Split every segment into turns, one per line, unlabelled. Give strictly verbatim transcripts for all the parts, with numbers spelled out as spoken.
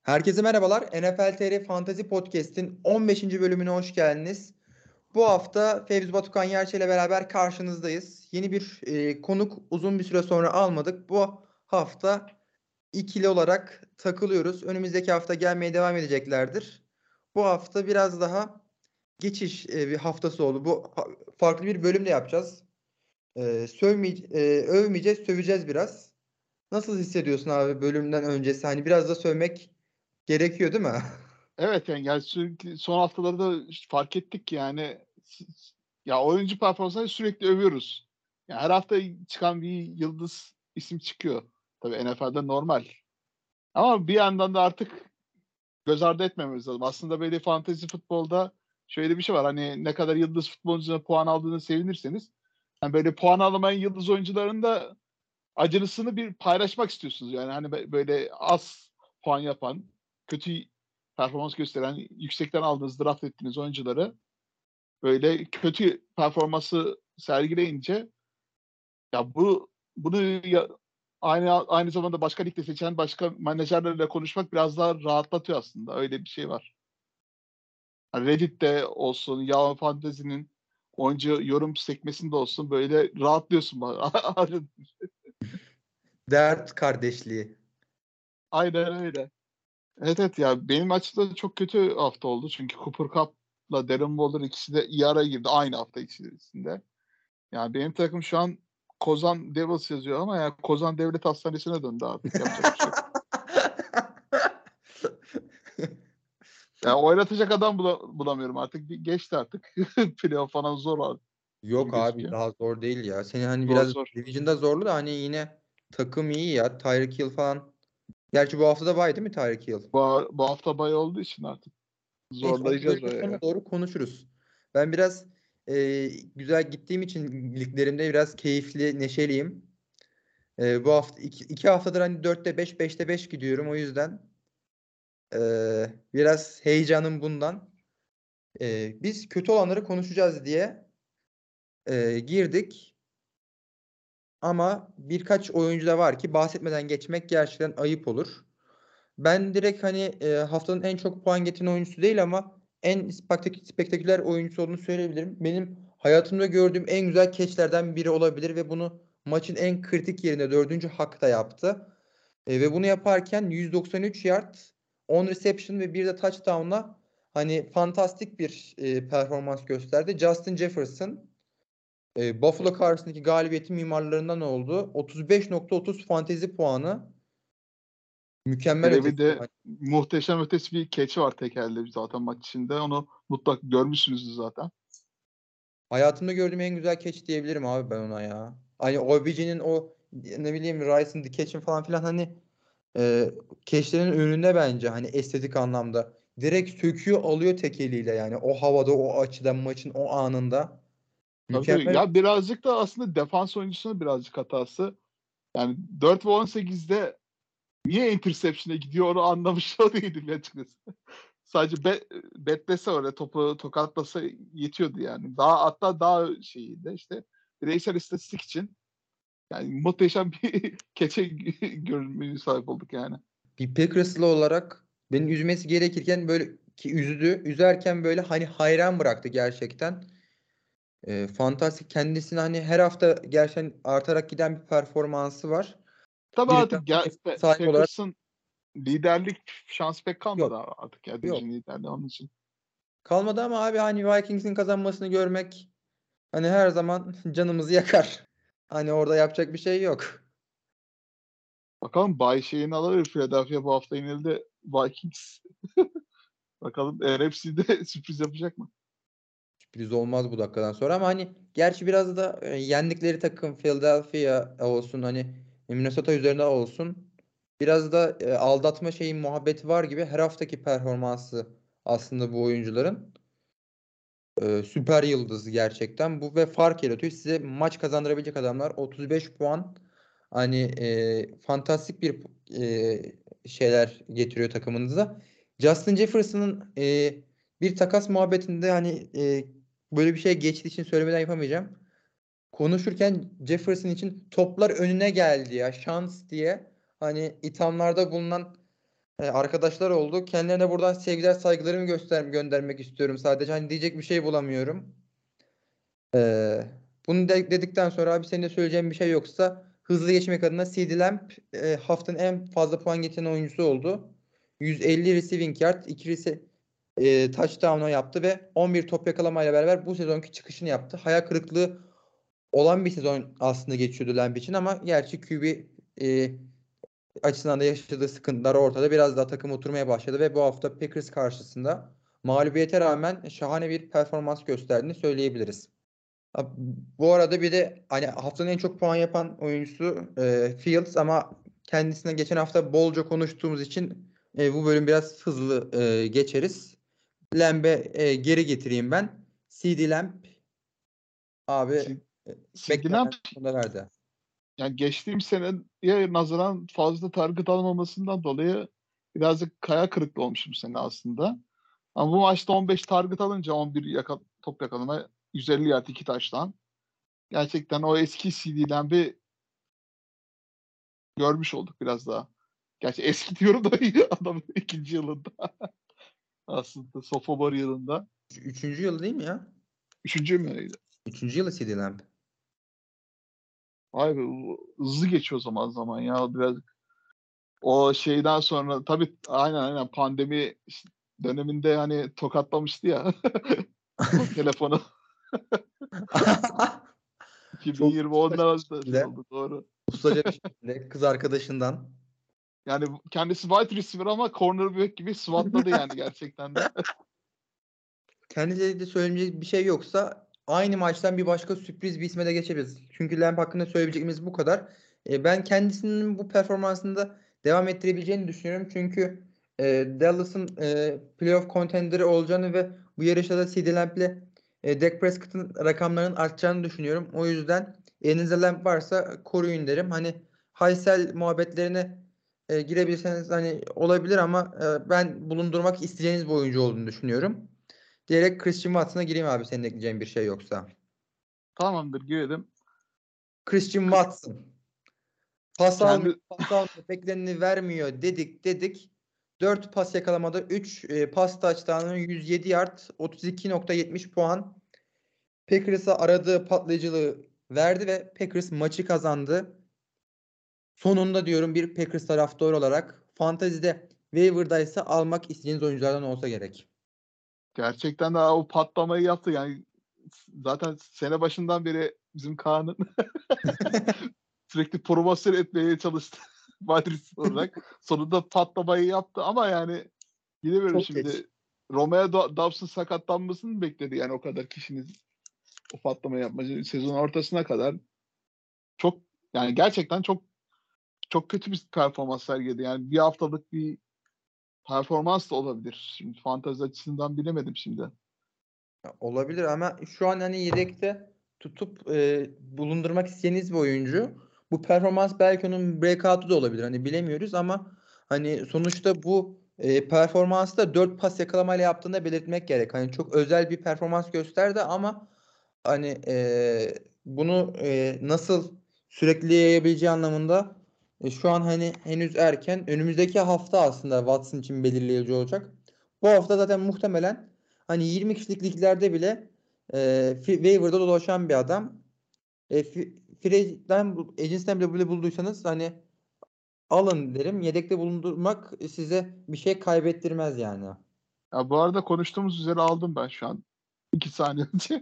Herkese merhabalar. N F L T R Fantasy Podcast'in on beşinci bölümüne hoş geldiniz. Bu hafta Fevzi Batukan Yerçe ile beraber karşınızdayız. Yeni bir e, konuk uzun bir süre sonra almadık. Bu hafta ikili olarak takılıyoruz. Önümüzdeki hafta gelmeye devam edeceklerdir. Bu hafta biraz daha geçiş e, bir haftası oldu. Bu ha- farklı bir bölüm de yapacağız. E, sövmeye, e, övmeyeceğiz, söveceğiz biraz. Nasıl hissediyorsun abi bölümden öncesi? Hani biraz da sövmek gerekiyor değil mi?
Evet yani, yani sürekli son haftalarda fark ettik ki yani s- s- ya oyuncu performansını sürekli övüyoruz. Ya her hafta çıkan bir yıldız isim çıkıyor. Tabii N F L'de normal. Ama bir yandan da artık göz ardı etmememiz lazım. Aslında böyle fantezi futbolda şöyle bir şey var. Hani ne kadar yıldız futbolcuna puan aldığını sevinirseniz, hani böyle puan alamayan yıldız oyuncuların da acılısını bir paylaşmak istiyorsunuz. Yani hani bö- böyle az puan yapan, kötü performans gösteren, yüksekten aldığınız, draft ettiğiniz oyuncuları böyle kötü performansı sergileyince, ya bu bunu ya, aynı aynı zamanda başka ligde seçen başka menajerlerle konuşmak biraz daha rahatlatıyor aslında. Öyle bir şey var. Hani Reddit'te olsun, Yahoo Fantasy'nin oyuncu yorum sekmesinde olsun, böyle rahatlıyorsun.
Dert kardeşliği.
Aynen öyle. Evet, evet, ya benim açımdan çok kötü hafta oldu. Çünkü Cooper Kupp'la Darren Waller ikisi de iyi araya girdi aynı hafta içerisinde. Yani benim takım şu an Kozan Devils yazıyor ama ya Kozan Devlet Hastanesi'ne döndü artık. Yapacak bir şey yok. Ya oynatacak adam bula- bulamıyorum artık. Bir geçti artık. Playoff falan zor abi gibi
Yok abi
gözüküyor.
daha zor değil ya. Senin hani
Zor
biraz
zor.
Division'da zorlu da hani yine takım iyi ya. Tyreek Hill falan. Gerçi bu hafta da bay değil mi Tyreek Hill?
Bu, bu hafta bay olduğu için artık
Neyse onu
zorlayacağız
bölümün
bayağı
sonuna
ya.
doğru konuşuruz. Ben biraz e, güzel gittiğim için liglerimde biraz keyifli, neşeliyim. E, bu hafta iki, iki haftadır hani dörtte beş, beşte beş gidiyorum. O yüzden e, biraz heyecanım bundan. E, biz kötü olanları konuşacağız diye e, girdik. Ama birkaç oyuncu da var ki bahsetmeden geçmek gerçekten ayıp olur. Ben direkt hani e, haftanın en çok puan getiren oyuncusu değil ama en spektak- spektaküler oyuncusu olduğunu söyleyebilirim. Benim hayatımda gördüğüm en güzel catchlerden biri olabilir ve bunu maçın en kritik yerinde dördüncü hakta yaptı. E, ve bunu yaparken yüz doksan üç yard, on reception ve bir de touchdown'la hani fantastik bir e, performans gösterdi. Justin Jefferson e, Buffalo karşısındaki galibiyetin mimarlarından oldu. otuz beş nokta otuz fantezi puanı mükemmel
Hele bir
ötesi.
de muhteşem ötesi bir catch var tekerle zaten maç içinde. Onu mutlak görmüşsünüzdür zaten.
Hayatımda gördüğüm en güzel catch diyebilirim abi ben ona ya. Hani O B J'nin o ne bileyim Rice'ın the catch'in falan filan hani e, catch'lerin önünde bence hani estetik anlamda. Direkt söküyor alıyor tek eliyle yani o havada o açıdan maçın o anında.
Tabii, tabii.
Mükemmel.
Ya birazcık da aslında defans oyuncusunun birazcık hatası. Yani dört ve on sekizde niye interception'a gidiyor onu anlamış değilim açıkçası. Sadece be, betlese oraya topu tokatlasa yetiyordu yani. Daha hatta daha şeydi işte bireysel istatistik için yani muhteşem bir keçe görünümü sahip olduk yani.
Bir Packers'lı olarak beni üzmesi gerekirken böyle ki üzdü. Üzerken böyle hani hayran bıraktı gerçekten. E, fantastik kendisini hani her hafta gerçekten artarak giden bir performansı var.
Tabii
Bir de
artık ya,
hani
Pe-
sahip olarak
Packers'ın liderlik şansı pek kalmadı
yok.
artık ya,
Yok.
division liderliği onun için.
Kalmadı ama abi hani Vikings'in kazanmasını görmek hani her zaman canımızı yakar. Hani orada yapacak bir şey yok.
Bakalım bay şeyini alır. Philadelphia bu hafta yenildi. Vikings. Bakalım N F C'de sürpriz yapacak mı?
Sürpriz olmaz bu dakikadan sonra ama hani gerçi biraz da e, yendikleri takım Philadelphia olsun hani Minnesota üzerinde olsun biraz da e, aldatma şeyin muhabbeti var gibi her haftaki performansı aslında bu oyuncuların e, süper yıldız gerçekten bu ve fark yaratıyor. Size maç kazandırabilecek adamlar otuz beş puan hani e, fantastik bir e, şeyler getiriyor takımınıza. Justin Jefferson'ın e, bir takas muhabbetinde hani e, böyle bir şey geçtiği için söylemeden yapamayacağım. Konuşurken Jefferson için toplar önüne geldi ya şans diye hani ithamlarda bulunan e, arkadaşlar oldu. Kendilerine buradan sevgiler saygılarımı göster göndermek istiyorum sadece. Hani diyecek bir şey bulamıyorum. Ee, Bunu de- dedikten sonra abi senin de söyleyeceğin bir şey yoksa hızlı geçmek adına C D Lamb e, haftanın en fazla puan getiren oyuncusu oldu. yüz elli receiving yard, iki rece e, touchdown'u yaptı ve on bir top yakalamayla beraber bu sezonki çıkışını yaptı. Hayal kırıklığı olan bir sezon aslında geçiyordu Lamb için ama gerçi Q B e, açısından da yaşadığı sıkıntılar ortada. Biraz daha takım oturmaya başladı ve bu hafta Packers karşısında mağlubiyete rağmen şahane bir performans gösterdiğini söyleyebiliriz. Abi, bu arada bir de hani haftanın en çok puan yapan oyuncusu e, Fields ama kendisine geçen hafta bolca konuştuğumuz için e, bu bölüm biraz hızlı e, geçeriz. Lamb'e e, geri getireyim ben. C D Lamb abi
C-
e,
CD Lamb
beklenen sonunda verdi.
yani geçtiğim seneye nazaran fazla target almamasından dolayı birazcık kaya kırıklı olmuşum sene aslında. Ama bu maçta on beş target alınca on bir yaka, top yakalama yüz elli yard iki taştan. Gerçekten o eski C D Lamb'i görmüş olduk biraz daha. Gerçi eski diyorum da adamın ikinci yılında aslında sophomore yılında.
Üçüncü yılı değil mi ya?
Üçüncü mü?
Üçüncü yılı C D Lamb.
Vay be bu hızlı geçiyor o zaman zaman ya biraz. O şeyden sonra tabii aynen aynen pandemi döneminde hani tokatlamıştı ya o telefonu.
Çok
iki bin yirmi
ustaca
ondan
bir
sonra şey
şekilde,
oldu doğru.
ustaca bir şekilde kız arkadaşından.
Yani kendisi wide receiver ama cornerback gibi SWAT'ladı yani gerçekten de.
Kendileri de söyleyecek bir şey yoksa aynı maçtan bir başka sürpriz bir isme de geçebiliriz. Çünkü Lamp hakkında söyleyecekimiz bu kadar. E, ben kendisinin bu performansında devam ettirebileceğini düşünüyorum. Çünkü e, Dallas'ın e, playoff contender'ı olacağını ve bu yarışta da C D Lamp'le e, Dak Prescott'ın rakamlarının artacağını düşünüyorum. O yüzden elinizde Lamp varsa koruyun derim. Hani Haysel muhabbetlerine e, girebilirseniz hani olabilir ama e, ben bulundurmak isteyeceğiniz bir oyuncu olduğunu düşünüyorum. Diyerek Christian Watson'a gireyim abi senin ekleyeceğin bir şey yoksa.
Tamamdır girelim.
Christian Watson. Pas almıyor,
Kendi
pas almıyor, bekleneni vermiyor dedik dedik. dört pas yakalamada üç e, pas touchdown'ı yüz yedi yard, otuz iki nokta yetmiş puan. Packers'a aradığı patlayıcılığı verdi ve Packers maçı kazandı. Sonunda diyorum bir Packers taraftarı olarak fantezide waiver'da ise almak isteyeceğiniz oyunculardan olsa gerek.
gerçekten de o patlamayı yaptı yani zaten sene başından beri bizim Kaan'ın sürekli promosyon etmeye çalıştı wide receiver olarak. Sonunda patlamayı yaptı ama yani bilemiyorum
Çok geç.
şimdi Romeo Da- Doubs'un sakatlanmasını mı bekledi yani o kadar kişinin o patlama yapmacı sezon ortasına kadar çok yani gerçekten çok çok kötü bir performans sergiledi. Yani bir haftalık bir performans da olabilir. Şimdi fantezi açısından bilemedim şimdi.
Olabilir ama şu an hani yedekte tutup e, bulundurmak isteyeniz bir oyuncu. Bu performans belki onun breakout'u da olabilir. Hani bilemiyoruz ama hani sonuçta bu e, performansı da dört pas yakalamayla yaptığında belirtmek gerek. Hani çok özel bir performans gösterdi ama hani e, bunu e, nasıl sürekli yayabileceği anlamında e, şu an hani henüz erken. Önümüzdeki hafta aslında Watson için belirleyici olacak. Bu hafta zaten muhtemelen hani yirmi kişilik liglerde bile e, fi- waiver'da dolaşan bir adam. E, fi- Free'den, bu- agency'den bile bile bulduysanız hani alın derim. Yedekte bulundurmak size bir şey kaybettirmez yani.
Ya bu arada konuştuğumuz üzere aldım ben şu an. iki saniye önce.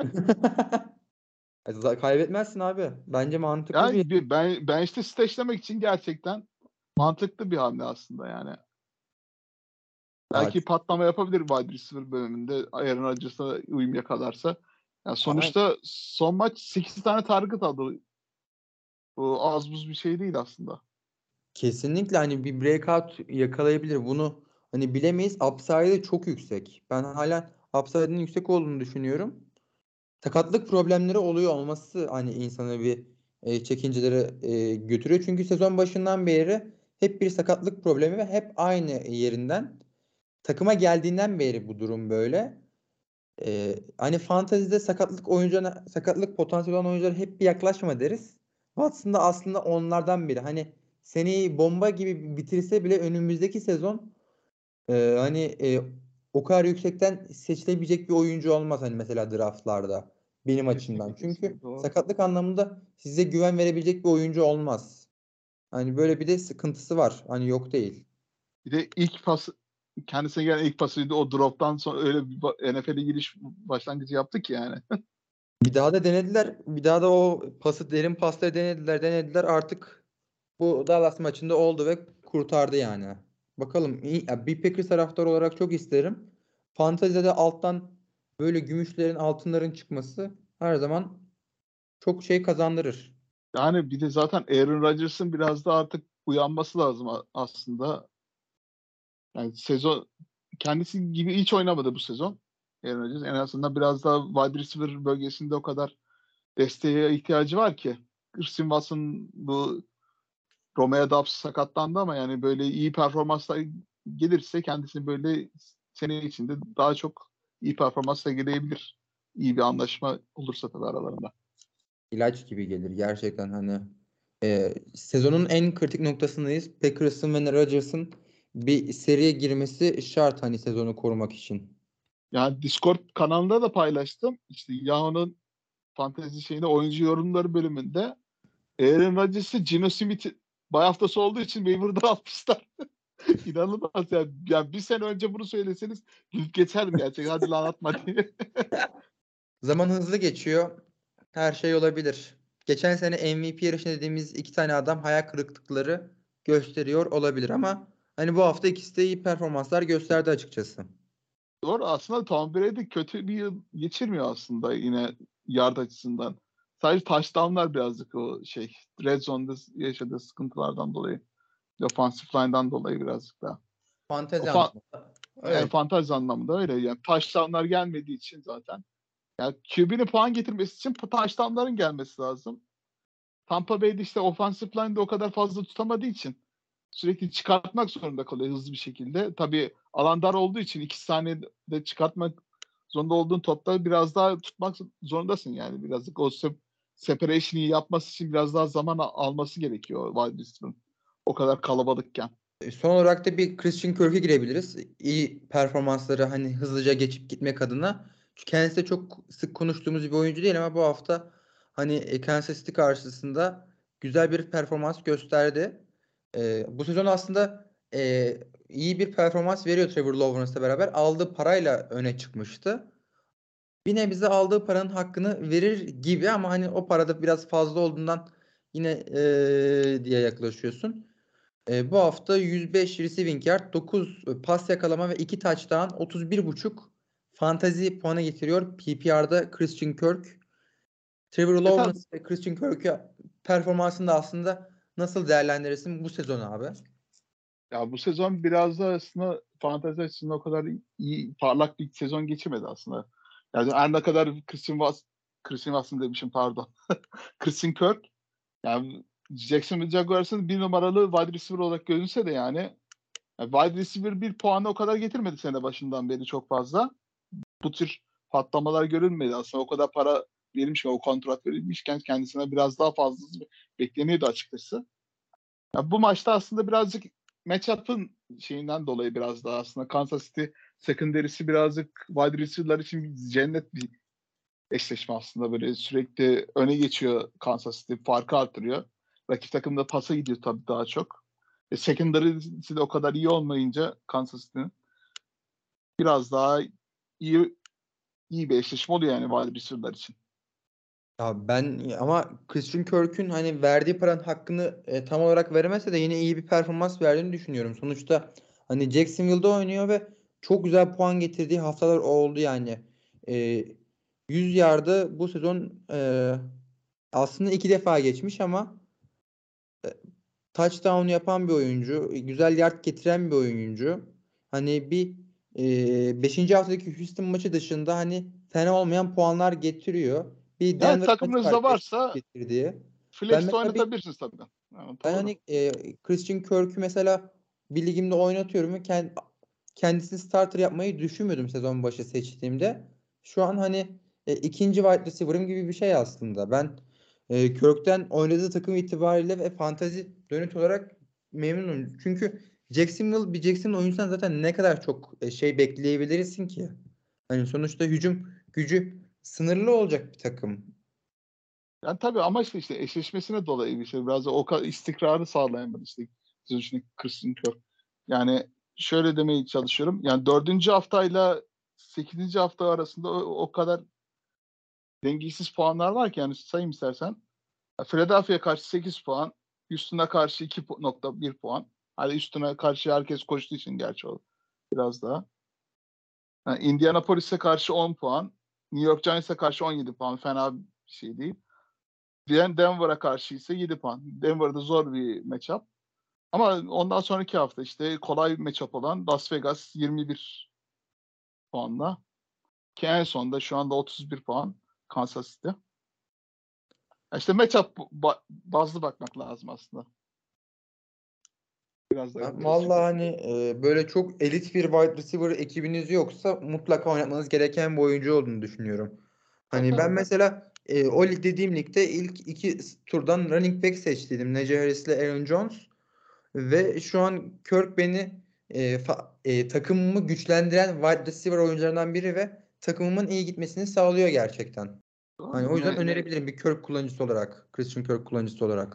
Z- Kaybetmezsin abi. Bence mantıklı bir
Yani bir, ben, ben işte siteçlemek için gerçekten mantıklı bir hamle aslında yani.
Aa,
Belki patlama yapabilir wide receiver bölümünde Aaron Rodgers'a uyum yakalarsa. Yani
a-
sonuçta son maç sekiz tane target aldı. Bu az buz bir şey değil aslında.
kesinlikle hani bir breakout yakalayabilir. Bunu hani bilemeyiz. Upside'ı çok yüksek. Ben hala upside'ın yüksek olduğunu düşünüyorum. Sakatlık problemleri oluyor olması hani insanı bir e, çekincelere e, götürüyor. Çünkü sezon başından beri hep bir sakatlık problemi ve hep aynı yerinden. Takıma geldiğinden beri bu durum böyle. E, hani fantezide sakatlık oyuncularına, sakatlık potansiyeli olan oyunculara hep bir yaklaşma deriz. Watson da aslında onlardan biri. Hani seneyi bomba gibi bitirse bile önümüzdeki sezon e, hani e, o kadar yüksekten seçilebilecek bir oyuncu olmaz hani mesela draftlarda benim
Kesinlikle
açımdan. Çünkü
kesinlikle doğru.
sakatlık anlamında size güven verebilecek bir oyuncu olmaz. Hani böyle bir de sıkıntısı var. Hani yok değil.
Bir de ilk pas kendisine gelen ilk pasıydı. O drop'tan sonra öyle bir ba- N F L'e giriş başlangıcı yaptı ki yani.
Bir daha da denediler. Bir daha da o pası derin pasları denediler, denediler. Artık bu Dallas maçında oldu ve kurtardı yani. Bakalım iyi- ya bir Packers taraftarı olarak çok isterim. Fantezide alttan böyle gümüşlerin, altınların çıkması her zaman çok şey kazandırır.
Yani bir de zaten Aaron Rodgers'ın biraz da artık uyanması lazım a- aslında. Yani sezon kendisi gibi hiç oynamadı bu sezon. Aaron Rodgers en azından biraz daha wide receiver bölgesinde o kadar desteğe ihtiyacı var ki. Christian Watson bu Romeo Doubs sakatlandı ama yani böyle iyi performanslar gelirse kendisini böyle sene içinde daha çok iyi performansla gelebilir. İyi bir anlaşma olursa tabii aralarında.
İlaç gibi gelir gerçekten hani. E, sezonun en kritik noktasındayız. Packers'ın ve Rodgers'ın bir seriye girmesi şart hani sezonu korumak için.
Yani Discord kanalında da paylaştım. İşte Yahoo'nun fantezi şeyinde oyuncu yorumları bölümünde Aaron Rodgers'ı Geno Smith'i bay haftası olduğu için waiver'dan atmışlar. İnanılmaz ya. Yani bir sene önce bunu söyleseniz gülüp geçerdim gerçekten. Hadi lan atma diye.
Zaman hızlı geçiyor. Her şey olabilir. Geçen sene M V P yarışında dediğimiz iki tane adam hayal kırıklıkları gösteriyor olabilir ama hani bu hafta ikisi de iyi performanslar gösterdi açıkçası.
Doğru aslında Tom Brady kötü bir yıl geçirmiyor aslında yine yard açısından. Sadece touchdownlar birazcık o şey red zone'da yaşadığı sıkıntılardan dolayı. Offensive line'dan dolayı birazcık daha. O
Fantezi
fa-
anlamında.
yani
Öyle.
fantezi anlamında öyle. Yani touchdownlar gelmediği için zaten. Yani Q B'nin puan getirmesi için touchdownların gelmesi lazım. Tampa Bay'de işte offensive line'de o kadar fazla tutamadığı için sürekli çıkartmak zorunda kalıyor hızlı bir şekilde. Tabii alan dar olduğu için iki saniyede çıkartmak zorunda olduğun topta biraz daha tutmak zorundasın yani. Birazcık o se- separation'ı yapması için biraz daha zaman al- alması gerekiyor wide receiver'ın. O kadar kalabalıkken.
E, Son olarak da bir Christian Kirk'e girebiliriz. İyi performansları hani hızlıca geçip gitmek adına. Çünkü kendisi de çok sık konuştuğumuz bir oyuncu değil ama bu hafta hani e, Kansas City karşısında güzel bir performans gösterdi. E, bu sezon aslında e, iyi bir performans veriyor Trevor Lawrence'la beraber. Aldığı parayla öne çıkmıştı. Bir nebze aldığı paranın hakkını verir gibi ama hani o parada biraz fazla olduğundan yine e, diye yaklaşıyorsun. E, bu hafta yüz beş receiving yard, dokuz pas yakalama ve iki touchdown, otuz bir buçuk fantazi puanı getiriyor. P P R'da Christian Kirk. Trevor
E
Lawrence
tabii
ve Christian Kirk'ü performansını da aslında nasıl değerlendirirsin bu sezon abi?
ya bu sezon biraz da aslında fantezi açısından o kadar iyi parlak bir sezon geçirmedi aslında. Yani her ne kadar Christian Watson, Christian Watson demişim pardon. Christian Kirk yani Jacksonville Jaguars'ın bir numaralı wide receiver olarak görünse de yani, yani wide receiver bir puanı o kadar getirmedi sene başından beri çok fazla. Bu tür patlamalar görülmedi aslında. O kadar para verilmişken, o kontrat verilmişken kendisine biraz daha fazlası bekleniyordu açıkçası. Ya bu maçta aslında birazcık matchup'ın şeyinden dolayı biraz daha aslında Kansas City secondary'si birazcık wide receiver'lar için bir cennet bir eşleşme aslında. Böyle sürekli öne geçiyor Kansas City. Farkı artırıyor. Rakip takım da pasa gidiyor tabii daha çok. E, secondary'si de o kadar iyi olmayınca Kansas City'nin biraz daha iyi iyi bir eşleşme oluyor yani wide receiver'lar için.
Ya ben ama Christian Kirk'ün hani verdiği paranın hakkını e, tam olarak veremese de yine iyi bir performans verdiğini düşünüyorum. Sonuçta hani Jacksonville'da oynuyor ve çok güzel puan getirdiği haftalar oldu yani. E, yüz yardı bu sezon e, aslında iki defa geçmiş ama touchdown yapan bir oyuncu, güzel yard getiren bir oyuncu. Hani bir e, beşinci haftadaki Houston maçı dışında hani fena olmayan puanlar getiriyor. Bir
Yani
Denver maçı var
takımınızda
geçen
varsa
getirdiği. Ben
flex'te
mesela bir
oynatabilirsiniz tabii. Yani
ben
doğru.
hani e, Christian Kirk'ü mesela bir ligimde oynatıyorum ve kend- kendisini starter yapmayı düşünmüyordum sezon başı seçtiğimde. Şu an hani e, ikinci wide receiver'ım gibi bir şey aslında. Ben e, Kirk'ten oynadığı takım itibariyle ve fantazi dönüt olarak memnunum. Çünkü Jacksonville bir Jackson oyuncusundan zaten ne kadar çok e, şey bekleyebilirsin ki? Hani sonuçta hücum gücü sınırlı olacak bir takım.
Yani tabii ama işte, işte eşleşmesine dolayı bir şey. Biraz da o kadar istikrarı sağlayamadı işte. Sözcüsünün Christian Kirk. Yani şöyle demeye çalışıyorum. Yani dördüncü haftayla sekizinci hafta arasında o, o kadar dengesiz puanlar var ki yani sayayım istersen. Philadelphia'ya karşı sekiz puan. Houston'a karşı iki nokta bir puan. Hani üstüne karşı herkes koştuğu için gerçi o biraz daha. Yani Indianapolis'e karşı on puan. New York Giants'e karşı on yedi puan. Fena bir şey değil. Diyen Denver'a karşı ise yedi puan. Denver'da zor bir matchup. Ama ondan sonraki hafta işte kolay bir matchup olan Las Vegas yirmi bir puanla. Ki en sonda şu anda otuz bir puan Kansas City. İşte matchup ba- bazlı bakmak lazım aslında. Biraz da
Ben
karışık.
vallahi hani e, böyle çok elit bir wide receiver ekibiniz yoksa mutlaka oynatmanız gereken bir oyuncu olduğunu düşünüyorum.
Tabii
Hani ben
tabii.
mesela e, o lig dediğim ligde ilk iki turdan running back seçtiydim. Najee Harris ile Aaron Jones. Ve şu an Kirk beni e, fa- e, takımımı güçlendiren wide receiver oyuncularından biri ve takımımın iyi gitmesini sağlıyor gerçekten. Hani o yüzden
Yine
önerebilirim bir Kirk kullanıcısı olarak. Christian Kirk kullanıcısı olarak.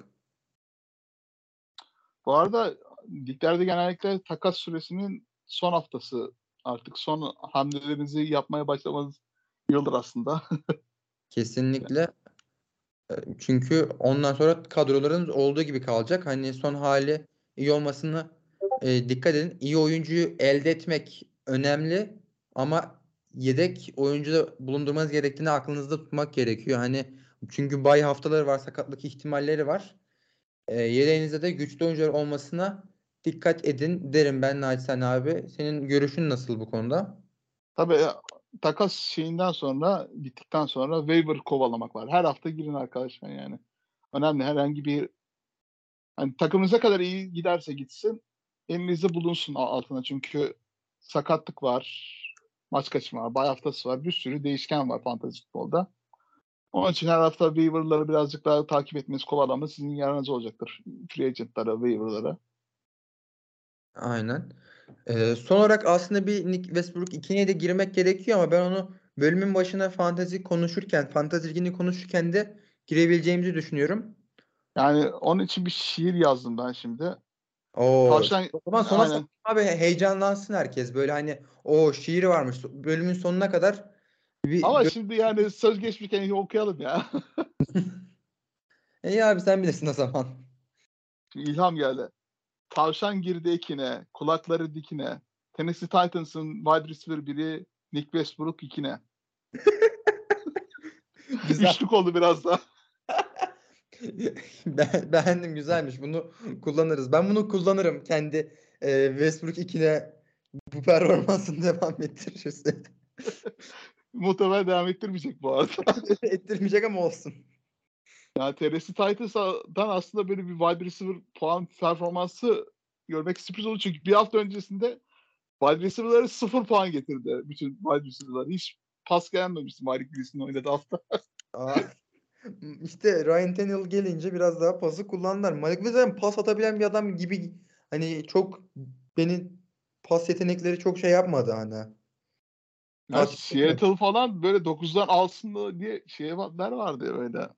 bu arada liglerde genellikle takas süresinin son haftası artık son hamlelerinizi yapmaya başlamanız yıldır aslında.
Kesinlikle. E, Çünkü ondan sonra kadrolarınız olduğu gibi kalacak. Hani son hali iyi olmasını e, dikkat edin. İyi oyuncuyu elde etmek önemli ama yedek oyuncu da bulundurmanız gerektiğini aklınızda tutmak gerekiyor. Hani çünkü bay haftaları var, sakatlık ihtimalleri var. E, yedeğinizde de güçlü oyuncular olmasına dikkat edin derim ben naçizane abi. Senin görüşün nasıl bu konuda?
Tabii takas şeyinden sonra bittikten sonra waiver kovalamak var. Her hafta girin arkadaşlar yani. Önemli herhangi bir hani takımınız ne kadar iyi giderse gitsin elinizde bulunsun altına. Çünkü sakatlık var, maç kaçırma var, bay haftası var. Bir sürü değişken var fantasy futbolda. Onun için her hafta waiver'ları birazcık daha takip etmeniz, kovalamanız sizin yararınıza olacaktır. Free agent'lara, waiver'lara.
Aynen. Ee, son olarak aslında bir Nick Westbrook ikiye de girmek gerekiyor ama ben onu bölümün başına fantezi konuşurken, fantezi ligini konuşurken de girebileceğimizi düşünüyorum.
Yani onun için bir şiir yazdım ben şimdi.
Oo,
Tavşan
o zaman sona sakın
aynen.
abi heyecanlansın herkes. Böyle hani o şiir varmış. Bölümün sonuna kadar bir
Ama
gö-
şimdi yani söz geçmişken okuyalım ya.
İyi abi sen bilirsin o zaman.
Şimdi ilham geldi. Tavşan girdi ekine, kulakları dikine. Tennessee Titans'ın wide receiver biri Nick Westbrook ikine.
Güzel.
Üçlük oldu biraz da.
Be- beğendim güzelmiş. Bunu kullanırız. Ben bunu kullanırım kendi e, Westbrook ikine bu performansını devam ettirirse.
Muhtemelen devam ettirmeyecek bu arada.
Ettirmeyecek ama olsun.
Yani Tennessee Titans'dan aslında böyle bir wide receiver puan performansı görmek sürpriz oldu. Çünkü bir hafta öncesinde wide receiver'ları sıfır puan getirdi. Bütün wide receiver'lar. Hiç pas gelmemişti Malik Willis'in oynadığı hafta.
Aa, işte Ryan Tannehill gelince biraz daha pası kullandılar. Malik Willis zaten pas atabilen bir adam gibi hani çok beni pas yetenekleri çok şey yapmadı hani.
Yani
Tatmin etmedi.
Seattle falan böyle dokuzdan alsın mı diye şeyler vardı öyle.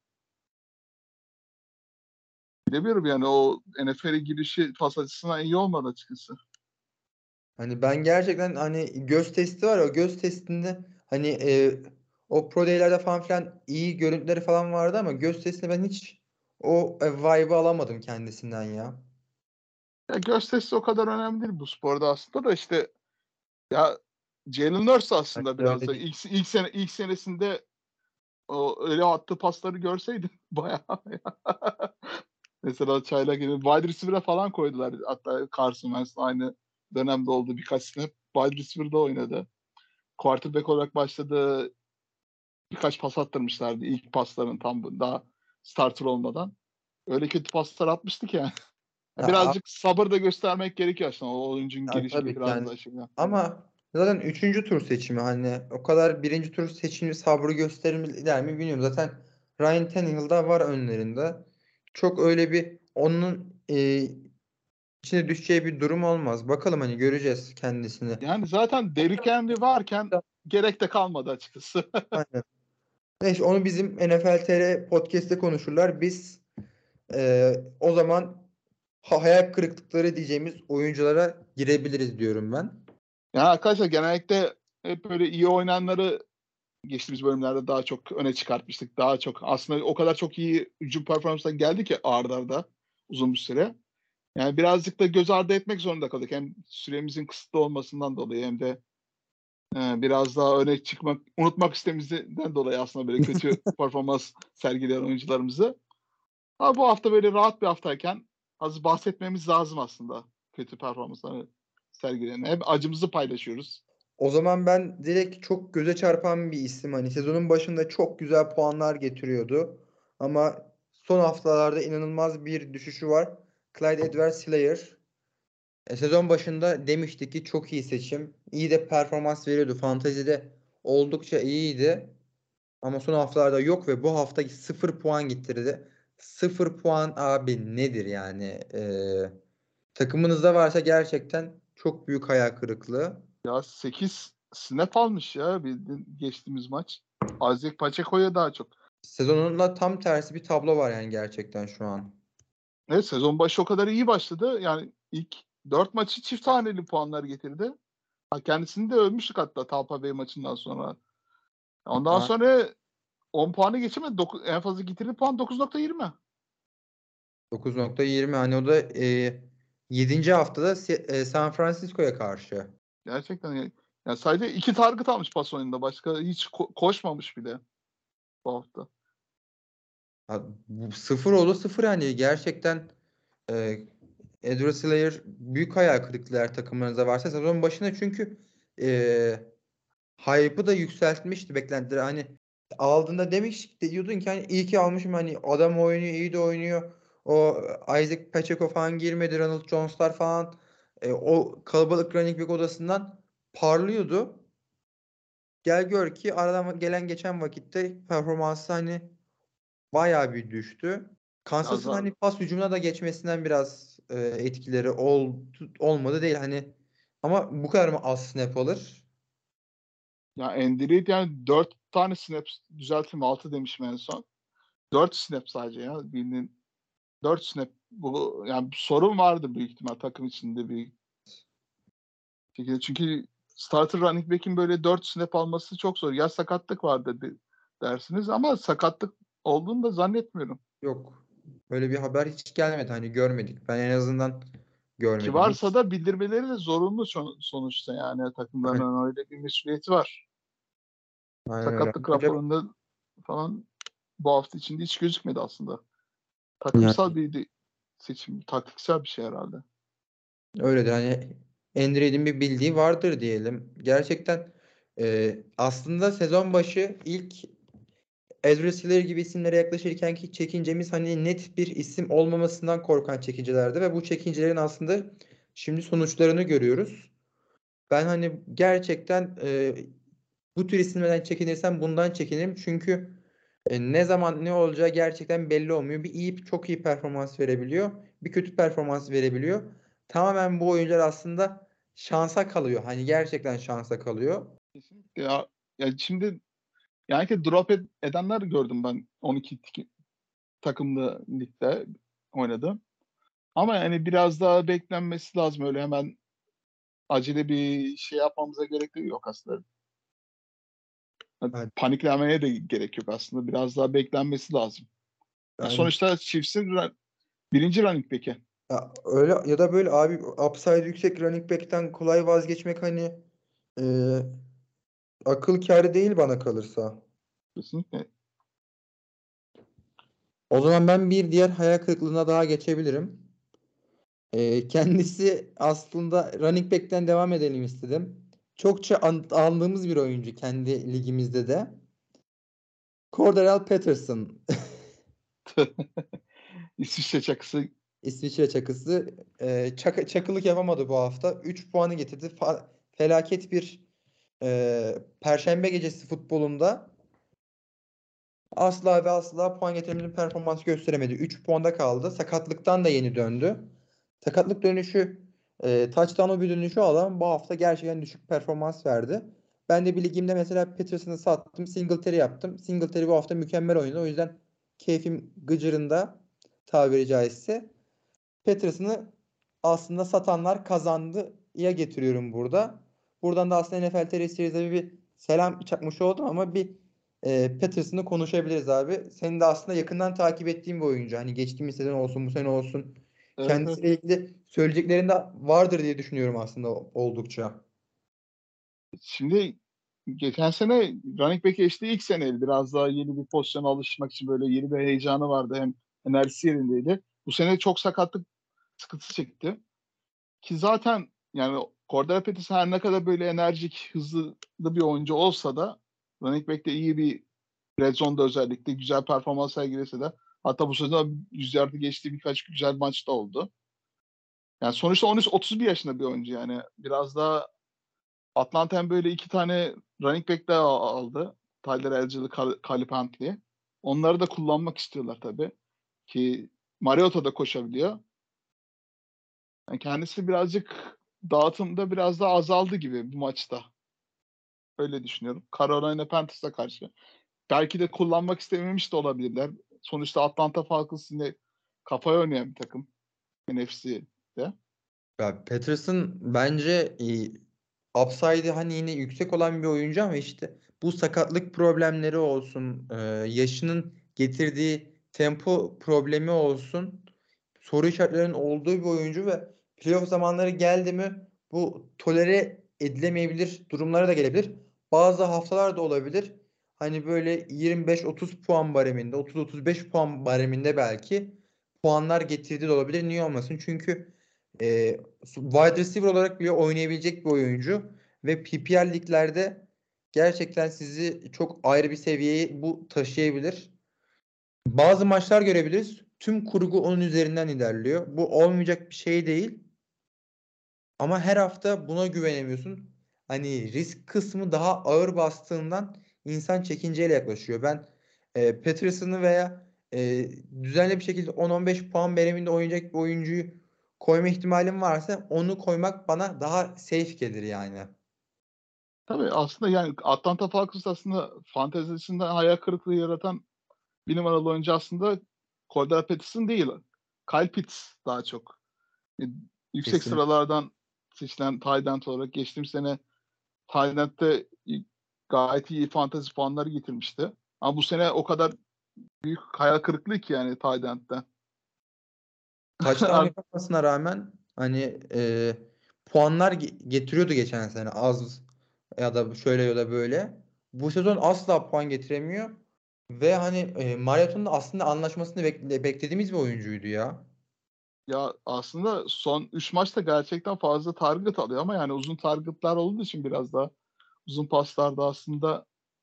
Bilemiyorum yani o N F L'e girişi pas açısından iyi olmadı açıkçası.
Hani ben gerçekten hani göz testi var ya o göz testinde hani e, o Pro Day'lerde falan filan iyi görüntüleri falan vardı ama göz testinde ben hiç o e, vibe'ı alamadım kendisinden ya.
Ya göz testi o kadar önemli değil bu sporda aslında da işte ya Jalen Hurts aslında
Bence
biraz
öyle
da
değil.
ilk, ilk sene ilk senesinde o öyle attığı pasları görseydin bayağı mesela çaylak gibi wide receiver'a falan koydular. Hatta Carson Wentz aynı dönemde oldu birkaç sene. Wide receiver'da oynadı. Quarterback olarak başladı. Birkaç pas attırmışlardı ilk pasların tam daha starter olmadan. Öyle kötü paslar atmıştı ki yani.
Ha,
Birazcık sabır da göstermek gerekiyor aslında. O oyuncunun
Ya
gelişimi
tabii ki
biraz
yani.
daha şey.
Ama zaten üçüncü tur seçimi hani o kadar birinci tur seçimi sabrı gösterirler mi bilmiyorum. Zaten Ryan Tannehill da var önlerinde. Çok öyle bir onun e, içine düşeceği bir durum olmaz. Bakalım hani göreceğiz kendisini.
Yani zaten Derrick Henry varken gerek de kalmadı açıkçası.
Aynen. Neyse onu bizim N F L T R podcast'te konuşurlar. Biz e, o zaman ha- hayal kırıklıkları diyeceğimiz oyunculara girebiliriz diyorum ben.
Yani arkadaşlar genellikle hep böyle iyi oynayanları geçtiğimiz bölümlerde daha çok öne çıkartmıştık. Daha çok aslında o kadar çok iyi hücum performansları geldi ki ard arda uzun bir süre. Yani birazcık da göz ardı etmek zorunda kaldık. Hem süremizin kısıtlı olmasından dolayı hem de e, biraz daha öne çıkmak, unutmak istemizden dolayı aslında böyle kötü performans sergileyen oyuncularımızı. Ama bu hafta böyle rahat bir haftayken az bahsetmemiz lazım aslında kötü performansları sergileyen. Hem acımızı paylaşıyoruz.
O zaman ben direkt çok göze çarpan bir isim, hani sezonun başında çok güzel puanlar getiriyordu ama son haftalarda inanılmaz bir düşüşü var. Clyde Edwards-Helaire. E, sezon başında demiştik ki çok iyi seçim. İyi de performans veriyordu. Fantezide oldukça iyiydi. Ama son haftalarda yok ve bu hafta sıfır puan getirdi. Sıfır puan abi nedir yani? Ee, takımınızda varsa gerçekten çok büyük hayal kırıklığı.
Ya sekiz snap almış ya bildiğin geçtiğimiz maç. Isaac Pacheco'ya daha çok.
Sezonunda tam tersi bir tablo var yani gerçekten şu an.
Evet sezon başı o kadar iyi başladı. Yani ilk dört maçı çift haneli puanlar getirdi. Ha, kendisini de övmüştük hatta Tampa Bay maçından sonra. Ondan
A-
sonra on puanı geçemedi. Doku- en fazla getirdiği puan dokuz nokta yirmi.
dokuz nokta yirmi, hani o da e, yedinci haftada Se- e, San Francisco'ya karşı.
Gerçekten ya. Yani sadece iki target almış pas oyununda. Başka hiç ko- koşmamış bile bu hafta.
Ha, bu sıfır oldu sıfır, hani gerçekten e, Edward Slayer büyük hayal kırıklığı eğer takımlarınızda varsa sezon başında, çünkü e, hype'ı da yükseltmişti beklentileri. Hani aldığında demiş diyordun ki hani iyi ki almışım, hani adam oynuyor, iyi de oynuyor. O Isaac Pacheco falan girmedi, Ronald Jones'lar falan e, o kalabalık running back odasından parlıyordu. Gel gör ki aradan gelen geçen vakitte performansı hani bayağı bir düştü.
Ya,
Kansas'ın
za-
hani pas hücumuna da geçmesinden biraz e, etkileri ol, olmadı değil hani, ama bu kadar mı az snap alır?
ya Andy Reid yani dört tane snap düzelttim altı demişim en son. dört snap sadece ya. Bildiğin dört snap. Bu yani bir sorun vardı büyük ihtimal takım içinde bir şekilde. Çünkü starter running back'in böyle dört snap alması çok zor. Ya sakatlık vardı de- dersiniz ama sakatlık olduğunu da zannetmiyorum.
Yok. Böyle bir haber hiç gelmedi. Hani görmedik. Ben en azından
Ki
görmedim
varsa
hiç.
da bildirmeleri de zorunlu son- sonuçta yani
Aynen,
takımların öyle bir mesuliyeti var.
aynen öyle.
Sakatlık
Acaba
raporunda falan bu hafta içinde hiç gözükmedi aslında. Takımsal
yani
bir de- seçim, taktiksel bir şey herhalde.
öyle de hani Android'in bir bildiği vardır diyelim. Gerçekten e, aslında sezon başı ilk Ezra Tiller gibi isimlere yaklaşırken ki çekincemiz hani net bir isim olmamasından korkan çekincelerdi ve bu çekincelerin aslında şimdi sonuçlarını görüyoruz. Ben hani gerçekten e, bu tür isimlerden çekinirsem bundan çekinirim. Çünkü e, ne zaman ne olacağı gerçekten belli olmuyor. Bir iyi, çok iyi performans verebiliyor. Bir kötü performans verebiliyor. Tamamen bu oyuncular aslında şansa kalıyor. Hani gerçekten şansa kalıyor.
Kesinlikle ya. Ya şimdi yani ki drop ed- edenler gördüm ben on iki tiki- takımlı ligde oynadım. Ama yani biraz daha beklenmesi lazım öyle hemen acele bir şey yapmamıza gerek de yok aslında. Yani
Yani,
paniklemeye de gerek yok aslında. Biraz daha beklenmesi lazım. Ya
yani
sonuçta Chiefs'in ra- birinci running back'i.
ya öyle ya da böyle abi, upside yüksek running back'ten kolay vazgeçmek hani e, akıl kârı değil bana kalırsa.
Kesinlikle.
O zaman ben bir diğer hayal kırıklığına daha geçebilirim. Ee, kendisi aslında running back'ten devam edelim istedim. Çokça an- andığımız bir oyuncu kendi ligimizde de. Cordarrelle Patterson.
İsviçre çakısı.
İsviçre çakısı. Ee, çaka- çakılık yapamadı bu hafta. üç puanı getirdi. Fa- felaket bir e, Perşembe gecesi futbolunda Asla ve asla puan getirebilir performans gösteremedi. üç puanda kaldı. Sakatlıktan da yeni döndü. Sakatlık dönüşü, e, touchdown'a bir dönüşü alan bu hafta gerçekten düşük performans verdi. Ben de bir ligimde mesela Peterson'ı sattım. Singletary yaptım. Singletary bu hafta mükemmel oynadı. O yüzden keyfim gıcırında, tabiri caizse. Peterson'ı aslında satanlar kazandıya getiriyorum burada. Buradan da aslında N F L T R Series'e bir selam çakmış oldum ama bir e, Peterson'ı konuşabiliriz abi. Senin de aslında yakından takip ettiğin bir oyuncu. Hani geçtiğimiz sezon olsun, bu sene olsun.
Evet, evet.
Kendisiyle ilgili söyleyeceklerin de vardır diye düşünüyorum aslında oldukça.
Şimdi geçen sene running back eşliği ilk seneydi. Biraz daha yeni bir pozisyona alışmak için böyle yeni bir heyecanı vardı. Hem enerjisi yerindeydi. Bu sene çok sakatlık sıkıntısı çekti. Ki zaten yani Cordell Patterson her ne kadar böyle enerjik, hızlı bir oyuncu olsa da running back'te iyi bir red zone'da özellikle güzel performans sergilese de hatta bu sezon yüz yardı geçtiği birkaç güzel maçta oldu. Yani sonuçta on üç otuz bir yaşında bir oyuncu yani. Biraz daha Atlanta hem böyle iki tane running back daha aldı. Tyler Algier, Caleb Huntley. Onları da kullanmak istiyorlar tabii. Ki Mariota da koşabiliyor. Yani kendisi birazcık dağıtımda biraz daha azaldı gibi bu maçta. Öyle düşünüyorum. Carolina Panthers'a karşı. Belki de kullanmak istememiş de olabilirler. Sonuçta Atlanta Falcons yine kafaya oynayan bir takım. N F C'de.
Ya Peterson bence e, upside'ı hani yine yüksek olan bir oyuncu ama işte bu sakatlık problemleri olsun, e, yaşının getirdiği tempo problemi olsun, soru işaretlerinin olduğu bir oyuncu ve playoff zamanları geldi mi bu tolere edilemeyebilir durumlara da gelebilir. Bazı haftalar da olabilir. Hani böyle yirmi beş otuz puan bareminde, otuz otuz beş puan bareminde belki puanlar getirdiği de olabilir. Niye olmasın? Çünkü e, wide receiver olarak bile oynayabilecek bir oyuncu ve P P R liglerde gerçekten sizi çok ayrı bir seviyeye bu taşıyabilir. Bazı maçlar görebiliriz. Tüm kurgu onun üzerinden ilerliyor. Bu olmayacak bir şey değil. Ama her hafta buna güvenemiyorsun. Hani risk kısmı daha ağır bastığından insan çekinceyle yaklaşıyor. Ben e, Peterson'ı veya e, düzenli bir şekilde on on beş puan bareminde oynayacak bir oyuncuyu koyma ihtimalim varsa onu koymak bana daha safe gelir yani.
Tabii aslında yani Atlanta Falcons aslında fantezisinden hayal kırıklığı yaratan bir numaralı oyuncu aslında Cordell Patterson değil. Kyle Pitts daha çok. E, Yüksek
Kesin.
sıralardan seçilen tight end olarak geçtiğim sene tight end'de gayet iyi fantezi puanları getirmişti. Ama bu sene o kadar büyük hayal kırıklığı ki yani tight end'den.
Touchdown yapmasına rağmen hani e, puanlar ge- getiriyordu geçen sene az ya da şöyle ya da böyle. Bu sezon asla puan getiremiyor ve hani e, maratonda aslında anlaşmasını bekle- beklediğimiz bir oyuncuydu ya.
Ya aslında son üç maçta gerçekten fazla target alıyor ama yani uzun targetlar olduğu için biraz daha uzun paslarda aslında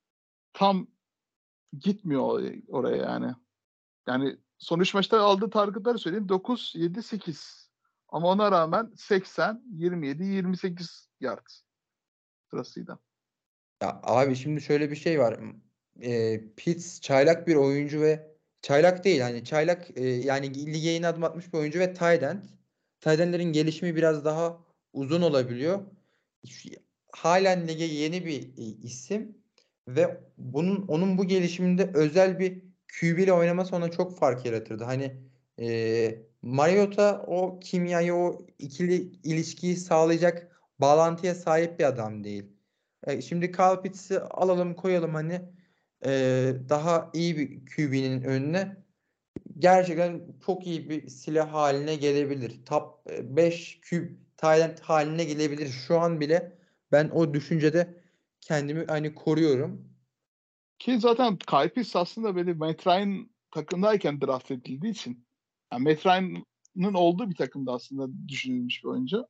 tam gitmiyor or- oraya yani. Yani son üç maçta aldığı targetları söyleyeyim. dokuz, yedi, sekiz. Ama ona rağmen seksen, yirmi yedi, yirmi sekiz yard sırasıyla.
Ya abi şimdi şöyle bir şey var. E, Pitts çaylak bir oyuncu ve çaylak değil hani çaylak e, yani lige yeni adım atmış bir oyuncu ve tight end. Tight endlerin gelişimi biraz daha uzun olabiliyor. Şu- Halen lige yeni bir e, isim ve bunun onun bu gelişiminde özel bir Q B ile oynaması ona çok fark yaratırdı. Hani e, Mariota o kimyayı o ikili ilişkiyi sağlayacak bağlantıya sahip bir adam değil. E, şimdi Kyle Pitts'i alalım koyalım hani e, daha iyi bir Q B'nin önüne. Gerçekten çok iyi bir silah haline gelebilir. Top beş Q Tayland haline gelebilir. Şu an bile ben o düşüncede kendimi hani koruyorum.
Ki zaten Kyle Pitts aslında böyle Matt Ryan takımdayken draft edildiği için yani Matt Ryan'ın olduğu bir takımda aslında düşünülmüş bir oyuncu.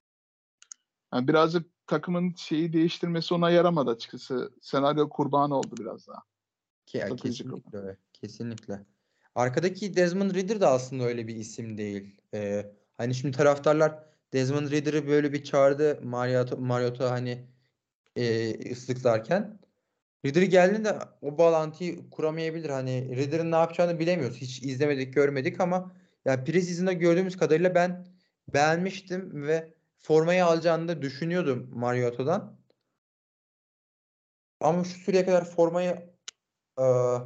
Yani birazcık takımın şeyi değiştirmesi ona yaramadı açıkçası. Senaryo kurbanı oldu biraz daha.
Ki ya
Stratejik olarak.
kesinlikle öyle. Kesinlikle. Arkadaki Desmond Ridder de aslında öyle bir isim değil. Ee, hani şimdi taraftarlar Desmond Ridder'ı böyle bir çağırdı Mariota, Mariota hani e, ıslıklarken. Ridder geldiğinde o bağlantıyı kuramayabilir. Hani Ridder'ın ne yapacağını bilemiyoruz. Hiç izlemedik, görmedik ama ya preseason'da gördüğümüz kadarıyla ben beğenmiştim ve formayı alacağını da düşünüyordum Mariota'dan. Ama şu süreye kadar formayı e,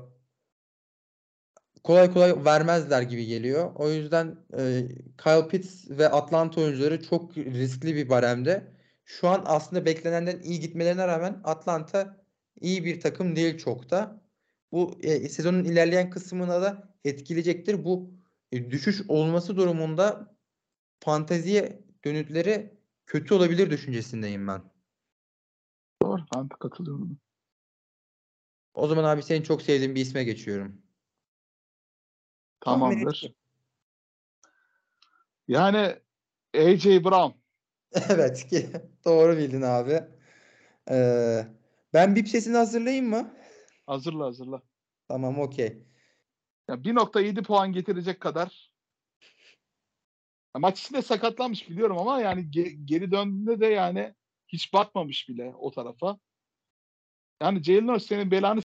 kolay kolay vermezler gibi geliyor. O yüzden e, Kyle Pitts ve Atlanta oyuncuları çok riskli bir baremde. Şu an aslında beklenenden iyi gitmelerine rağmen Atlanta iyi bir takım değil çok da. Bu e, sezonun ilerleyen kısmına da etkileyecektir. Bu e, düşüş olması durumunda fanteziye dönütleri kötü olabilir düşüncesindeyim ben.
Doğru. Ben de katılıyorum.
O zaman abi senin çok sevdiğin bir isme geçiyorum. Tahmin
Tamamdır.
ettim.
Yani A J Brown.
Evet ki doğru bildin abi. Ee, ben bip sesini hazırlayayım mı?
Hazırla hazırla.
Tamam, okey.
Ya bir nokta yedi puan getirecek kadar. Ya maç içinde sakatlanmış biliyorum ama yani ge- geri döndüğünde de yani hiç bakmamış bile o tarafa. Yani Jalen Hurts senin belanı.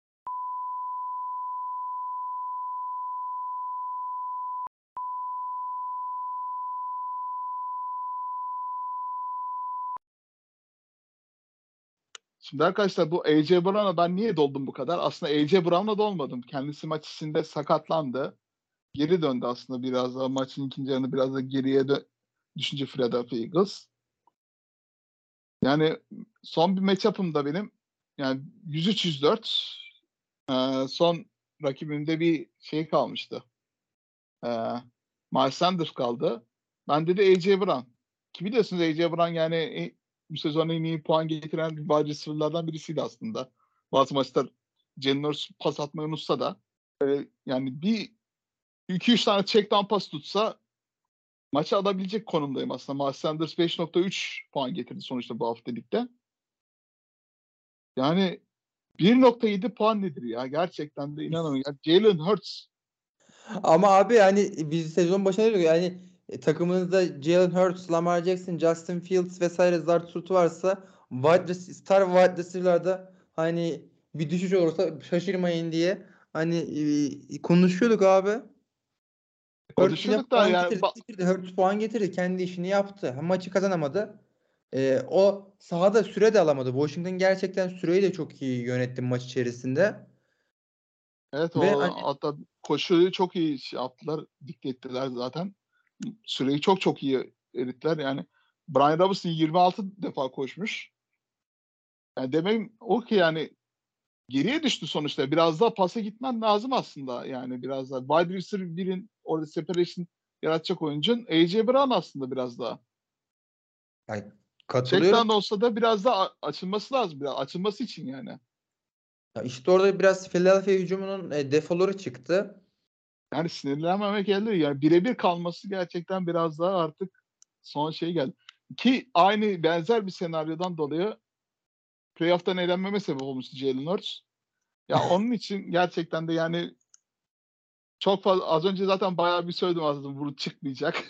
Şimdi arkadaşlar bu A J Brown'a ben niye doldum bu kadar? Aslında A J Brown'la dolmadım. Kendisi maç içinde sakatlandı. Geri döndü aslında biraz daha. Maçın ikinci yarını biraz da geriye dö- düşünce Philadelphia Eagles. Yani son bir matchup'ımda benim yani yüz üç yüz dört ee, son rakibimde bir şey kalmıştı. Ee, Miles Sanders kaldı. Ben de A J Brown. Ki biliyorsunuz A J Brown yani e, bu sezon en iyi puan getiren bir wide receiver'lardan birisiydi aslında. Bazı maçlar Jalen Hurts pas atmayı unutsa da e, yani bir iki üç tane check down pas tutsa maçı alabilecek konumdayım aslında. Miles Sanders beş nokta üç puan getirdi sonuçta bu hafta ligde. Yani bir nokta yedi puan nedir ya? Gerçekten de inanamıyorum. Ya Jalen Hurts.
Ama abi yani biz sezon başında diyorduk yani e, takımınızda Jalen Hurts, Lamar Jackson, Justin Fields vesaire zart surtu varsa wide rec- star wide receiver'larda hani bir düşüş olursa şaşırmayın diye hani e, konuşuyorduk abi. Hurts yine
Konuşuyorduk da
puan
yani
getirdi,
ba-
getirdi. Hurts puan getirdi. Kendi işini yaptı. Ha, maçı kazanamadı. E, o sahada süre de alamadı. Washington gerçekten süreyi de çok iyi yönetti maç içerisinde.
evet
Ve
o
hani
hatta koşuyu çok iyi şey yaptılar, dikte ettiler zaten. Süreyi çok çok iyi erittiler. Yani Brian Robinson yirmi altı defa koşmuş. Yani demek o ki yani geriye düştü sonuçta. Biraz daha pasa gitmen lazım aslında. Yani biraz daha wide receiver birin orada separation yaratacak oyuncun A J Brown aslında biraz daha.
yani
Check
katılıyorum.
down olsa da biraz daha açılması lazım. Biraz açılması için yani.
Ya işte orada biraz Philadelphia hücumunun e, defoları çıktı.
Yani sinirlenmemek geldi. Yani birebir kalması gerçekten biraz daha artık son şey geldi. Ki aynı benzer bir senaryodan dolayı playoff'tan elenmeme sebep olmuştu Jalen Hurts. Ya onun için gerçekten de yani çok fazla az önce zaten bayağı bir söyledim aslında bu çıkmayacak.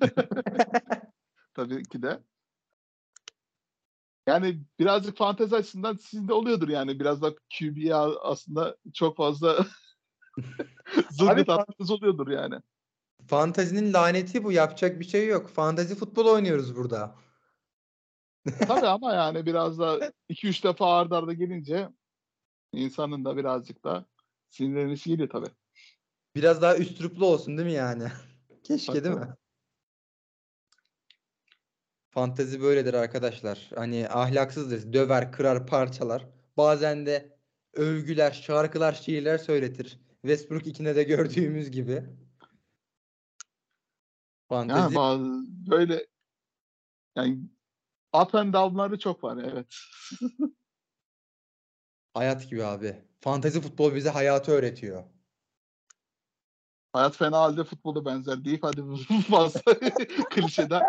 Tabii ki de. Yani birazcık fantezi açısından sizin de oluyordur yani. Biraz da Q B'ye aslında çok fazla
Abi
zılgıt
fan-
attığınız oluyordur yani.
fantazinin laneti bu. Yapacak bir şey yok. Fantazi futbol oynuyoruz burada.
Tabii ama yani biraz da iki üç defa arda arda gelince insanın da birazcık da sinirlenmesi geliyor tabii.
Biraz daha üsturuplu olsun değil mi yani?
Tabii
Keşke değil
tabii.
mi? Fantezi böyledir arkadaşlar. Hani ahlaksızdır. Döver, kırar, parçalar. Bazen de övgüler, şarkılar, şiirler söyletir. Westbrook ikine de gördüğümüz gibi.
Yani
Fantezi
bazı böyle yani up and down'ları çok var evet.
hayat gibi abi. Fantezi futbol bize hayatı öğretiyor.
Hayat fena halde futbola benzer deyip hadi fazla klişeden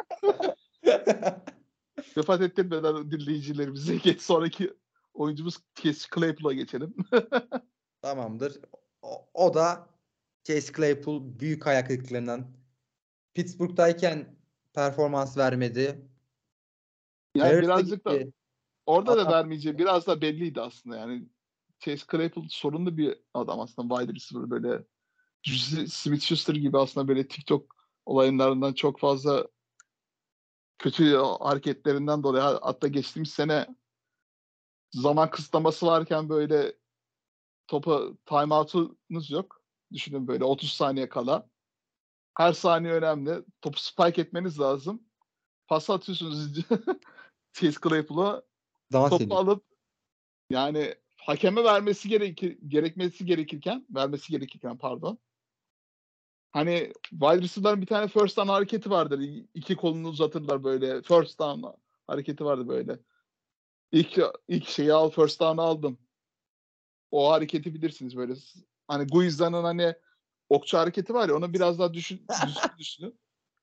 vefat ettirmeden dinleyicilerimize geç sonraki oyuncumuz Casey Claypool'a geçelim.
Tamamdır. O, o da Chase Claypool büyük ayak kırıklarından. Pittsburgh'dayken performans vermedi.
Yani
Paris'e
birazcık da
gitti.
orada da
Adam
vermeyeceği biraz da belliydi aslında yani. Chase Claypool sorunlu bir adam aslında. Wide receiver böyle Smith-Schuster gibi aslında böyle TikTok olaylarından çok fazla kötü hareketlerinden dolayı hatta geçtiğimiz sene zaman kısıtlaması varken böyle topa timeout'unuz yok. Düşünün böyle otuz saniye kala. Her saniye önemli. Topu spike etmeniz lazım. Pas atıyorsunuz Chase Claypool'a.
Dans
Topu
ediyor.
alıp yani hakeme vermesi gerekir, gerekmesi gerekirken vermesi gerekirken pardon. Hani wide receiver'ların bir tane first down hareketi vardır. İki kolunu uzatırlar böyle. First down hareketi vardı böyle. İlk, ilk şeyi al, first down'ı aldım. O hareketi bilirsiniz böyle. Hani Guiza'nın hani okçu hareketi var ya onu biraz daha düşün, düşün, düşünün.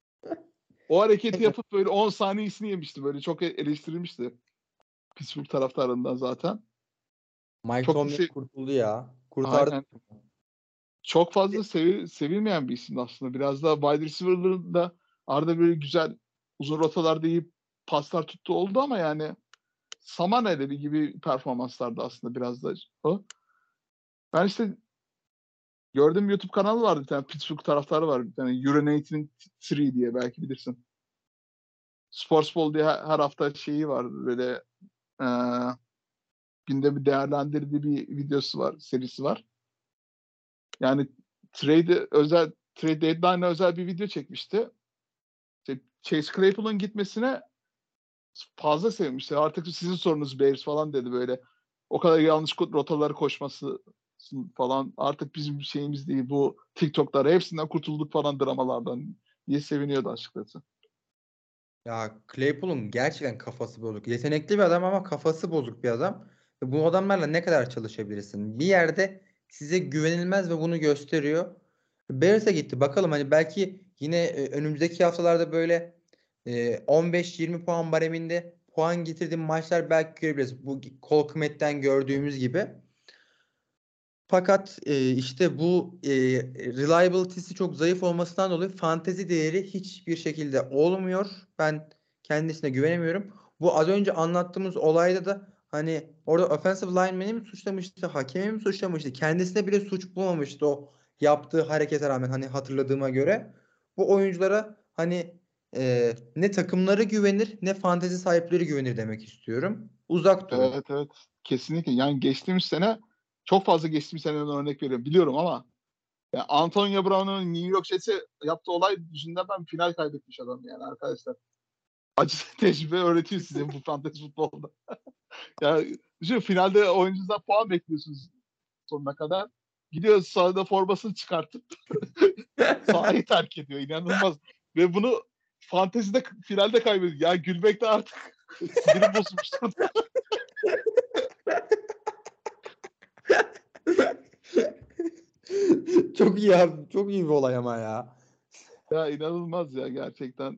O hareketi yapıp böyle on saniyesini yemişti. Böyle çok eleştirilmişti. Pittsburgh taraftarından zaten.
Mike
Çok
Tomlin
se-
kurtuldu ya. Kurtardı.
Aynen. Çok fazla sevi- sevilmeyen bir isim aslında. Biraz daha wide receiver'ların da arada böyle güzel uzun rotalarda iyi paslar tuttu oldu ama yani saman alevi gibi performanslardı aslında biraz da o. Ben işte gördüğüm YouTube kanalı vardı bir tane Pittsburgh taraftarı var bir tane Urinating üç diye belki bilirsin. Sportsball diye her, her hafta şeyi var böyle e, gündemi değerlendirdiği bir videosu var, serisi var. Yani trade özel trade deadline'a özel bir video çekmişti. İşte Chase Claypool'un gitmesine fazla sevmişler. Artık sizin sorunuz Bears falan dedi böyle. O kadar yanlış rotaları koşması falan artık bizim şeyimiz değil. Bu TikTok'lar hepsinden kurtulduk falan dramalardan diye seviniyordu açıkçası.
Ya Claypool'un gerçekten kafası bozuk. Yetenekli bir adam ama kafası bozuk bir adam. Ve bu adamlarla ne kadar çalışabilirsin? Bir yerde size güvenilmez ve bunu gösteriyor. Bears'e gitti. Bakalım hani belki yine e, önümüzdeki haftalarda böyle e, on beş yirmi puan bareminde puan getirdiğim maçlar belki görebiliriz. Bu Cole Kmet'ten gördüğümüz gibi. Fakat e, işte bu e, reliability'si çok zayıf olmasından dolayı fantezi değeri hiçbir şekilde olmuyor. Ben kendisine güvenemiyorum. Bu az önce anlattığımız olayda da hani orada offensive lineman'i mi suçlamıştı, hakemi mi suçlamıştı? Kendisine bile suç bulmamıştı o yaptığı harekete rağmen hani hatırladığıma göre. Bu oyunculara hani e, ne takımları güvenir ne fantezi sahipleri güvenir demek istiyorum. Uzak durun.
Evet evet kesinlikle. Yani geçtiğimiz sene çok fazla geçtiğimiz seneden örnek veriyorum. Biliyorum ama yani Antonio Brown'un New York Jets'e yaptığı olay yüzünden ben final kaybetmiş adam yani arkadaşlar. Acı tecrübe öğretiyor size bu fantezi futbolda. Yani düşün finalde oyuncunuzdan puan bekliyorsunuz sonuna kadar. Gidiyor sahada formasını çıkartıp sahayı terk ediyor. İnanılmaz. Ve bunu fantezide finalde kaybediyor. Ya gülmekten artık sinirim bozulmuştu.
Çok iyi abi. Çok iyi bir olay ama ya.
Ya inanılmaz ya gerçekten.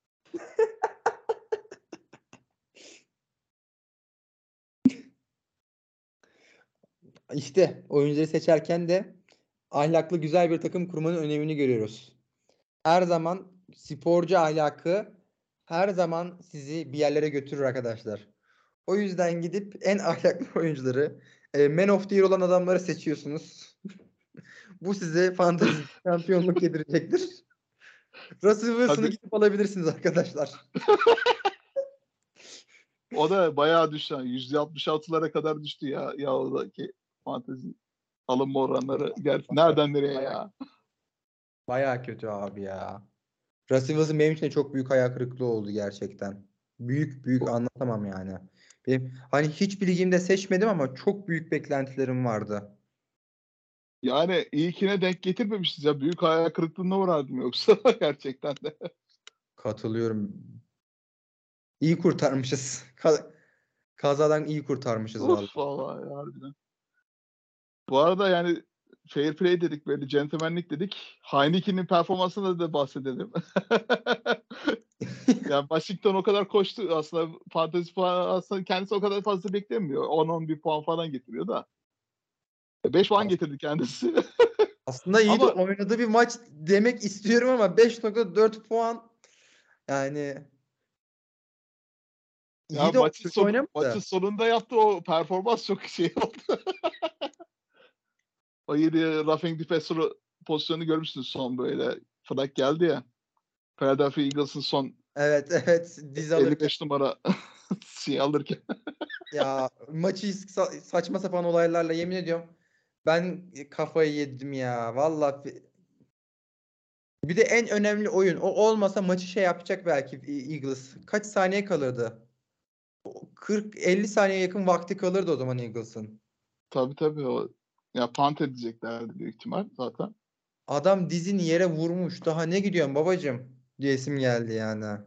İşte oyuncuları seçerken de ahlaklı güzel bir takım kurmanın önemini görüyoruz. Her zaman sporcu ahlakı her zaman sizi bir yerlere götürür arkadaşlar. O yüzden gidip en ahlaklı oyuncuları, e, Man of the Year olan adamları seçiyorsunuz. Bu size fantezi şampiyonluk getirecektir. Russell Wilson'ı
Tabii
gidip alabilirsiniz arkadaşlar.
o da bayağı düştü. Yani yüzde altmış altılara kadar düştü ya. Ya oradaki fantezi alınma oranları. Gerçi nereden nereye
Bayağı,
ya?
bayağı kötü abi ya. Russell Wilson benim için de çok büyük hayal kırıklığı oldu gerçekten. Büyük büyük anlatamam yani. Benim, hani hiçbir ligimde seçmedim ama çok büyük beklentilerim vardı.
Yani ilkine denk getirmemişiz ya. Büyük hayal kırıklığına uğrardım yoksa gerçekten de.
Katılıyorum. İyi kurtarmışız. Ka- kazadan iyi kurtarmışız
Uf
vallahi.
vallahi harbiden. Bu arada yani fair play dedik böyle centilmenlik dedik. Heineken'in performansını da bahsedelim. Yani Washington o kadar koştu aslında fantezi puan aslında kendisi o kadar fazla beklemiyor. on on bir puan falan getiriyor da. beş puan
As-
getirdi kendisi.
Aslında iyi de
Ama
oynadığı bir maç demek istiyorum ama beş nokta dört puan yani
ya
iyi de
maçın
kötü
sonu maçın
oynamadı.
sonunda yaptığı o performans çok şey oldu. O yedi roughing the passer pozisyonu görmüşsünüz son böyle. Flag geldi ya. Philadelphia Eagles'ın son
Evet evet diz alırken.
elli beş numara şey alırken.
Ya maçı sa- saçma sapan olaylarla yemin ediyorum. Ben kafayı yedim ya. Vallahi bir de en önemli oyun. O olmasa maçı şey yapacak belki Eagles. Kaç saniye kalırdı? kırk elli saniye yakın vakti kalırdı o zaman Eagles'ın.
Tabii tabii o. Ya punt edeceklerdi büyük ihtimal zaten.
Adam dizini yere vurmuş. Daha ne gidiyorsun babacım? Diyesim geldi yani.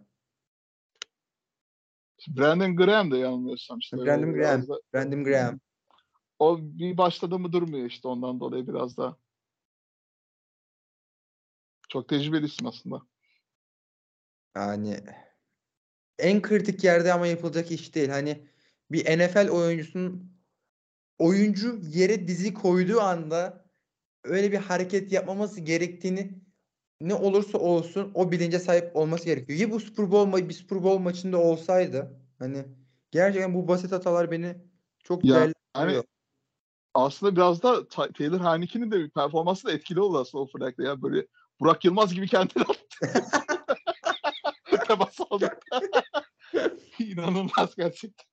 Brandon Graham da yanılmıyorsam işte
Brandon
böyle
Graham.
biraz da
Brandon Graham.
o bir başladı mı durmuyor işte ondan dolayı biraz da. Çok tecrübeli isim aslında.
Yani en kritik yerde ama yapılacak iş değil. Hani bir N F L oyuncusunun oyuncu yere dizi koyduğu anda öyle bir hareket yapmaması gerektiğini ne olursa olsun o bilince sahip olması gerekiyor. Ya bu Super Bowl ma- bir Super Bowl maçında olsaydı hani gerçekten bu basit hatalar beni çok
Yani
dellendiriyor.
aslında biraz da Ta- Taylor Heinicke'nin de bir performansı da etkili oldu aslında o flag'da ya. Böyle Burak Yılmaz gibi kendini attı. Temas aldı. İnanılmaz gerçekten.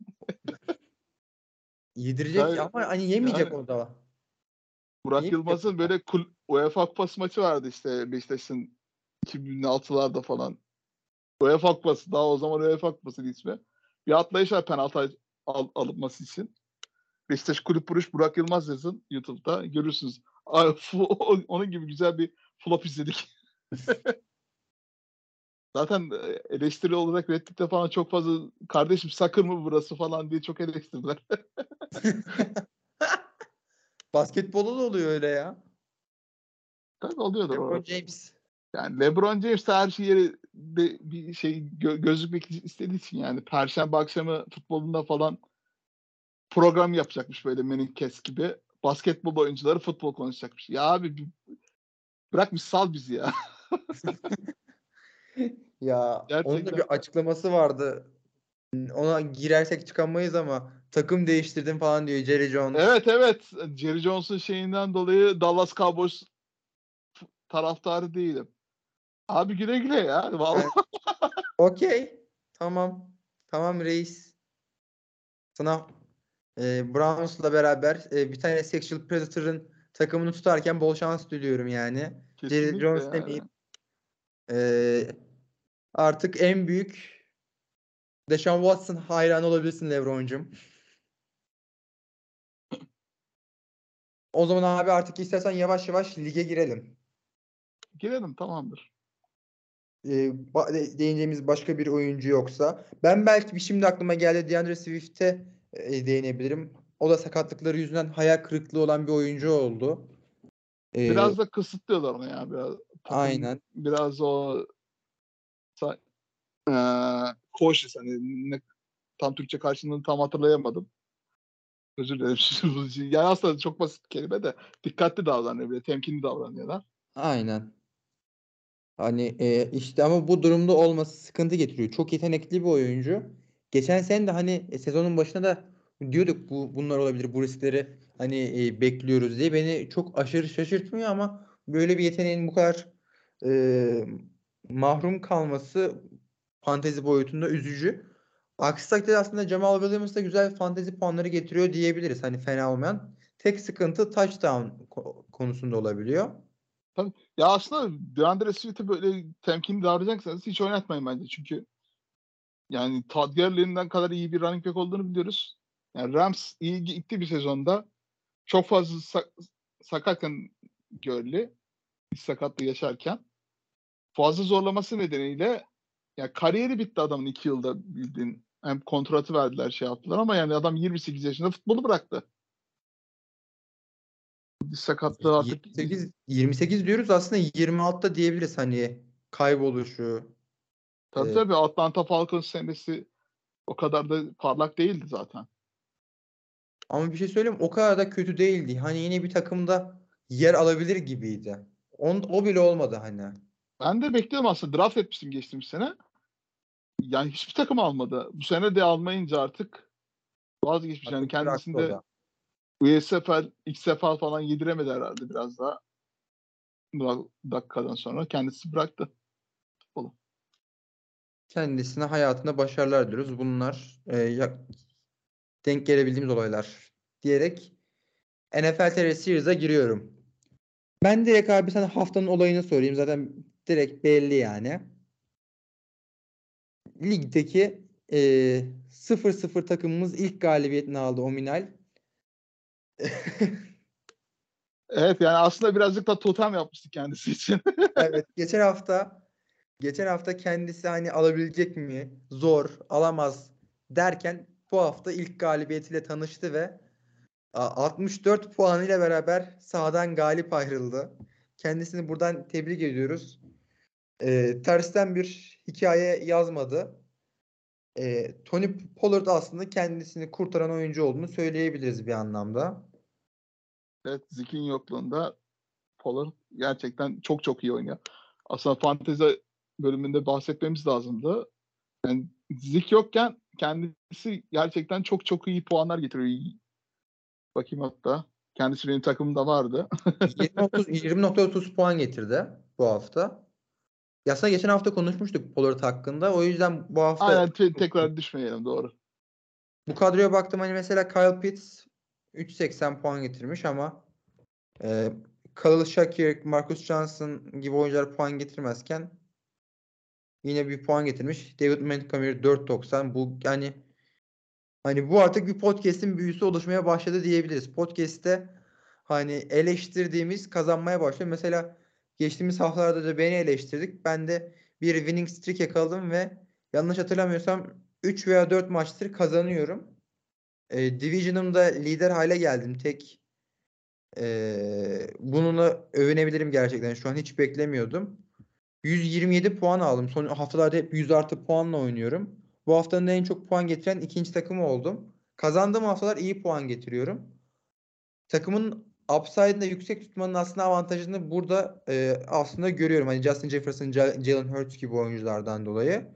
Yedirecek
Yani,
ama hani yemeyecek
yani
o da.
Burak
Yemeyecek o
Yılmaz'ın
da.
böyle kul- UEFA Kupası maçı vardı işte Beşiktaş'ın iki bin altılarda falan. UEFA Kupası daha o zaman UEFA Kupası'nın ismi. Bir atlayış var penaltı al- alınması için. Beşiktaş Kulüp Vuruş Burak Yılmaz yazın YouTube'da görürsünüz. Ay, onun gibi güzel bir flop izledik. Zaten eleştiri olarak Reddit'te falan çok fazla kardeşim sakır mı burası falan diye çok eleştirdiler.
Basketbolda da oluyor öyle ya.
Tabii oluyordur
LeBron
orada.
James.
Yani LeBron James de her şeyi de bir şey gö- gözükmek istediği için yani Perşembe akşamı futbolunda falan program yapacakmış böyle Meningkes gibi. Basketbol oyuncuları futbol konuşacakmış. Ya abi bir- bırak bir sal bizi ya.
Ya onun da
Gerçekten.
bir açıklaması vardı. Ona girersek çıkamayız ama takım değiştirdim falan diyor Jerry Jones.
Evet evet. Jerry Jones'un şeyinden dolayı Dallas Cowboys taraftarı değilim. Abi güle güle ya. Vallahi.
Yani, okey. Tamam. Tamam reis. Sana e, Browns'la beraber e, bir tane Sexual Predator'ın takımını tutarken bol şans diliyorum yani. Jerry
Kesinlikle
Jones
yani.
demeyip e, artık en büyük Deshaun Watson hayranı olabilirsin LeBron'cum. O zaman abi artık istersen yavaş yavaş lige girelim.
Girelim tamamdır.
E, ba- de- değineceğimiz başka bir oyuncu yoksa. Ben belki bir şimdi aklıma geldi DeAndre Swift'e e, değinebilirim. O da sakatlıkları yüzünden hayal kırıklığı olan bir oyuncu oldu. E,
Biraz da kısıtlıyorlar onu ya. Biraz, takım
aynen.
biraz o e, cautious hani ne, tam Türkçe karşılığını tam hatırlayamadım. Özür dilerim. Yani aslında çok basit bir kelime de dikkatli davranıyor. Böyle temkinli davranıyorlar.
Aynen. Hani e, işte ama bu durumda olması sıkıntı getiriyor. Çok yetenekli bir oyuncu. Geçen sene de hani e, sezonun başında da diyorduk bu bunlar olabilir, bu riskleri hani e, bekliyoruz diye. Beni çok aşırı şaşırtmıyor ama böyle bir yeteneğin bu kadar e, mahrum kalması fantezi boyutunda üzücü. Aksi takdirde aslında Jamal Williams da güzel fantezi puanları getiriyor diyebiliriz. Hani fena olmayan. Tek sıkıntı touchdown ko- konusunda olabiliyor.
Tabii. Ya aslında DeAndre Swift'i böyle temkinli davranacaksanız hiç oynatmayın bence. Çünkü yani Todd Gurley'den kadar iyi bir running back olduğunu biliyoruz. Yani Rams iyi gitti bir sezonda. Çok fazla sak- sakatken Gurley, iç sakatlığı yaşarken fazla zorlaması nedeniyle ya kariyeri bitti adamın iki yılda bildiğin. Hem kontratı verdiler şey yaptılar ama yani adam yirmi sekiz yaşında futbolu bıraktı. Diz sakatlığı artık
yirmi sekiz yirmi sekiz diyoruz aslında yirmi altıda diyebiliriz hani kayboluşu.
tabii
e,
tabii Atlanta Falcons senesi o kadar da parlak değildi zaten.
ama bir şey söyleyeyim o kadar da kötü değildi. Hani yine bir takımda yer alabilir gibiydi. On, o bile olmadı hani.
Ben de bekliyorum aslında draft etmiştim geçtiğimiz sene. Yani hiçbir takım almadı. Bu sene de almayınca artık vazgeçmiş. Yani
Artık bıraktı o
kendisinde
da.
U S F L, X F L falan yediremedi herhalde biraz daha. Bu dakikadan sonra kendisi bıraktı futbolu.
Kendisine hayatında başarılar diliyoruz. Bunlar e, ya- denk gelebildiğimiz olaylar diyerek N F L T R Series'a giriyorum. Ben direkt abi sana haftanın olayını sorayım. Zaten direkt belli yani. Ligdeki e, sıfır sıfır takımımız ilk galibiyetini aldı Ominal.
Evet yani aslında birazcık da totem yapmıştı kendisi için.
Evet, geçen hafta geçen hafta kendisi hani alabilecek mi? Zor, alamaz derken bu hafta ilk galibiyetiyle tanıştı ve a- altmış dört puanıyla beraber sahadan galip ayrıldı. Kendisini buradan tebrik ediyoruz. Ee, tersten bir hikaye yazmadı. Ee, Tony Pollard aslında kendisini kurtaran oyuncu olduğunu söyleyebiliriz bir anlamda.
Evet, Zeke'in yokluğunda Pollard gerçekten çok çok iyi oynuyor. Aslında fantezi bölümünde bahsetmemiz lazımdı. Yani Zeke yokken kendisi gerçekten çok çok iyi puanlar getiriyor. Bakayım hatta. Kendisi benim takımımda vardı.
yirmi otuz yirmi nokta otuz puan getirdi bu hafta. Ya aslında geçen hafta konuşmuştuk Pollard hakkında. O yüzden bu hafta
Aynen te- tekrar düşmeyelim, doğru.
bu kadroya baktım hani mesela Kyle Pitts üç virgül seksen puan getirmiş ama e, Khalil Shakir, Marcus Johnson gibi oyuncular puan getirmezken yine bir puan getirmiş. David Montgomery dört virgül doksan. Bu yani hani bu artık bir podcast'in büyüsü oluşmaya başladı diyebiliriz. Podcast'te hani eleştirdiğimiz kazanmaya başlıyor. Mesela geçtiğimiz haftalarda da beni eleştirdik. Ben de bir winning streak yakaladım ve yanlış hatırlamıyorsam üç veya dört maçtır kazanıyorum. E, Division'ımda lider hale geldim. Tek e, bununla övünebilirim gerçekten. Şu an hiç beklemiyordum. yüz yirmi yedi puan aldım. Son haftalarda hep yüz artı puanla oynuyorum. Bu haftanın en çok puan getiren ikinci takımı oldum. Kazandığım haftalar iyi puan getiriyorum. Takımın upside'ını yüksek tutmanın aslında avantajını burada e, aslında görüyorum. Hani Justin Jefferson, Ja- Jalen Hurts gibi oyunculardan dolayı.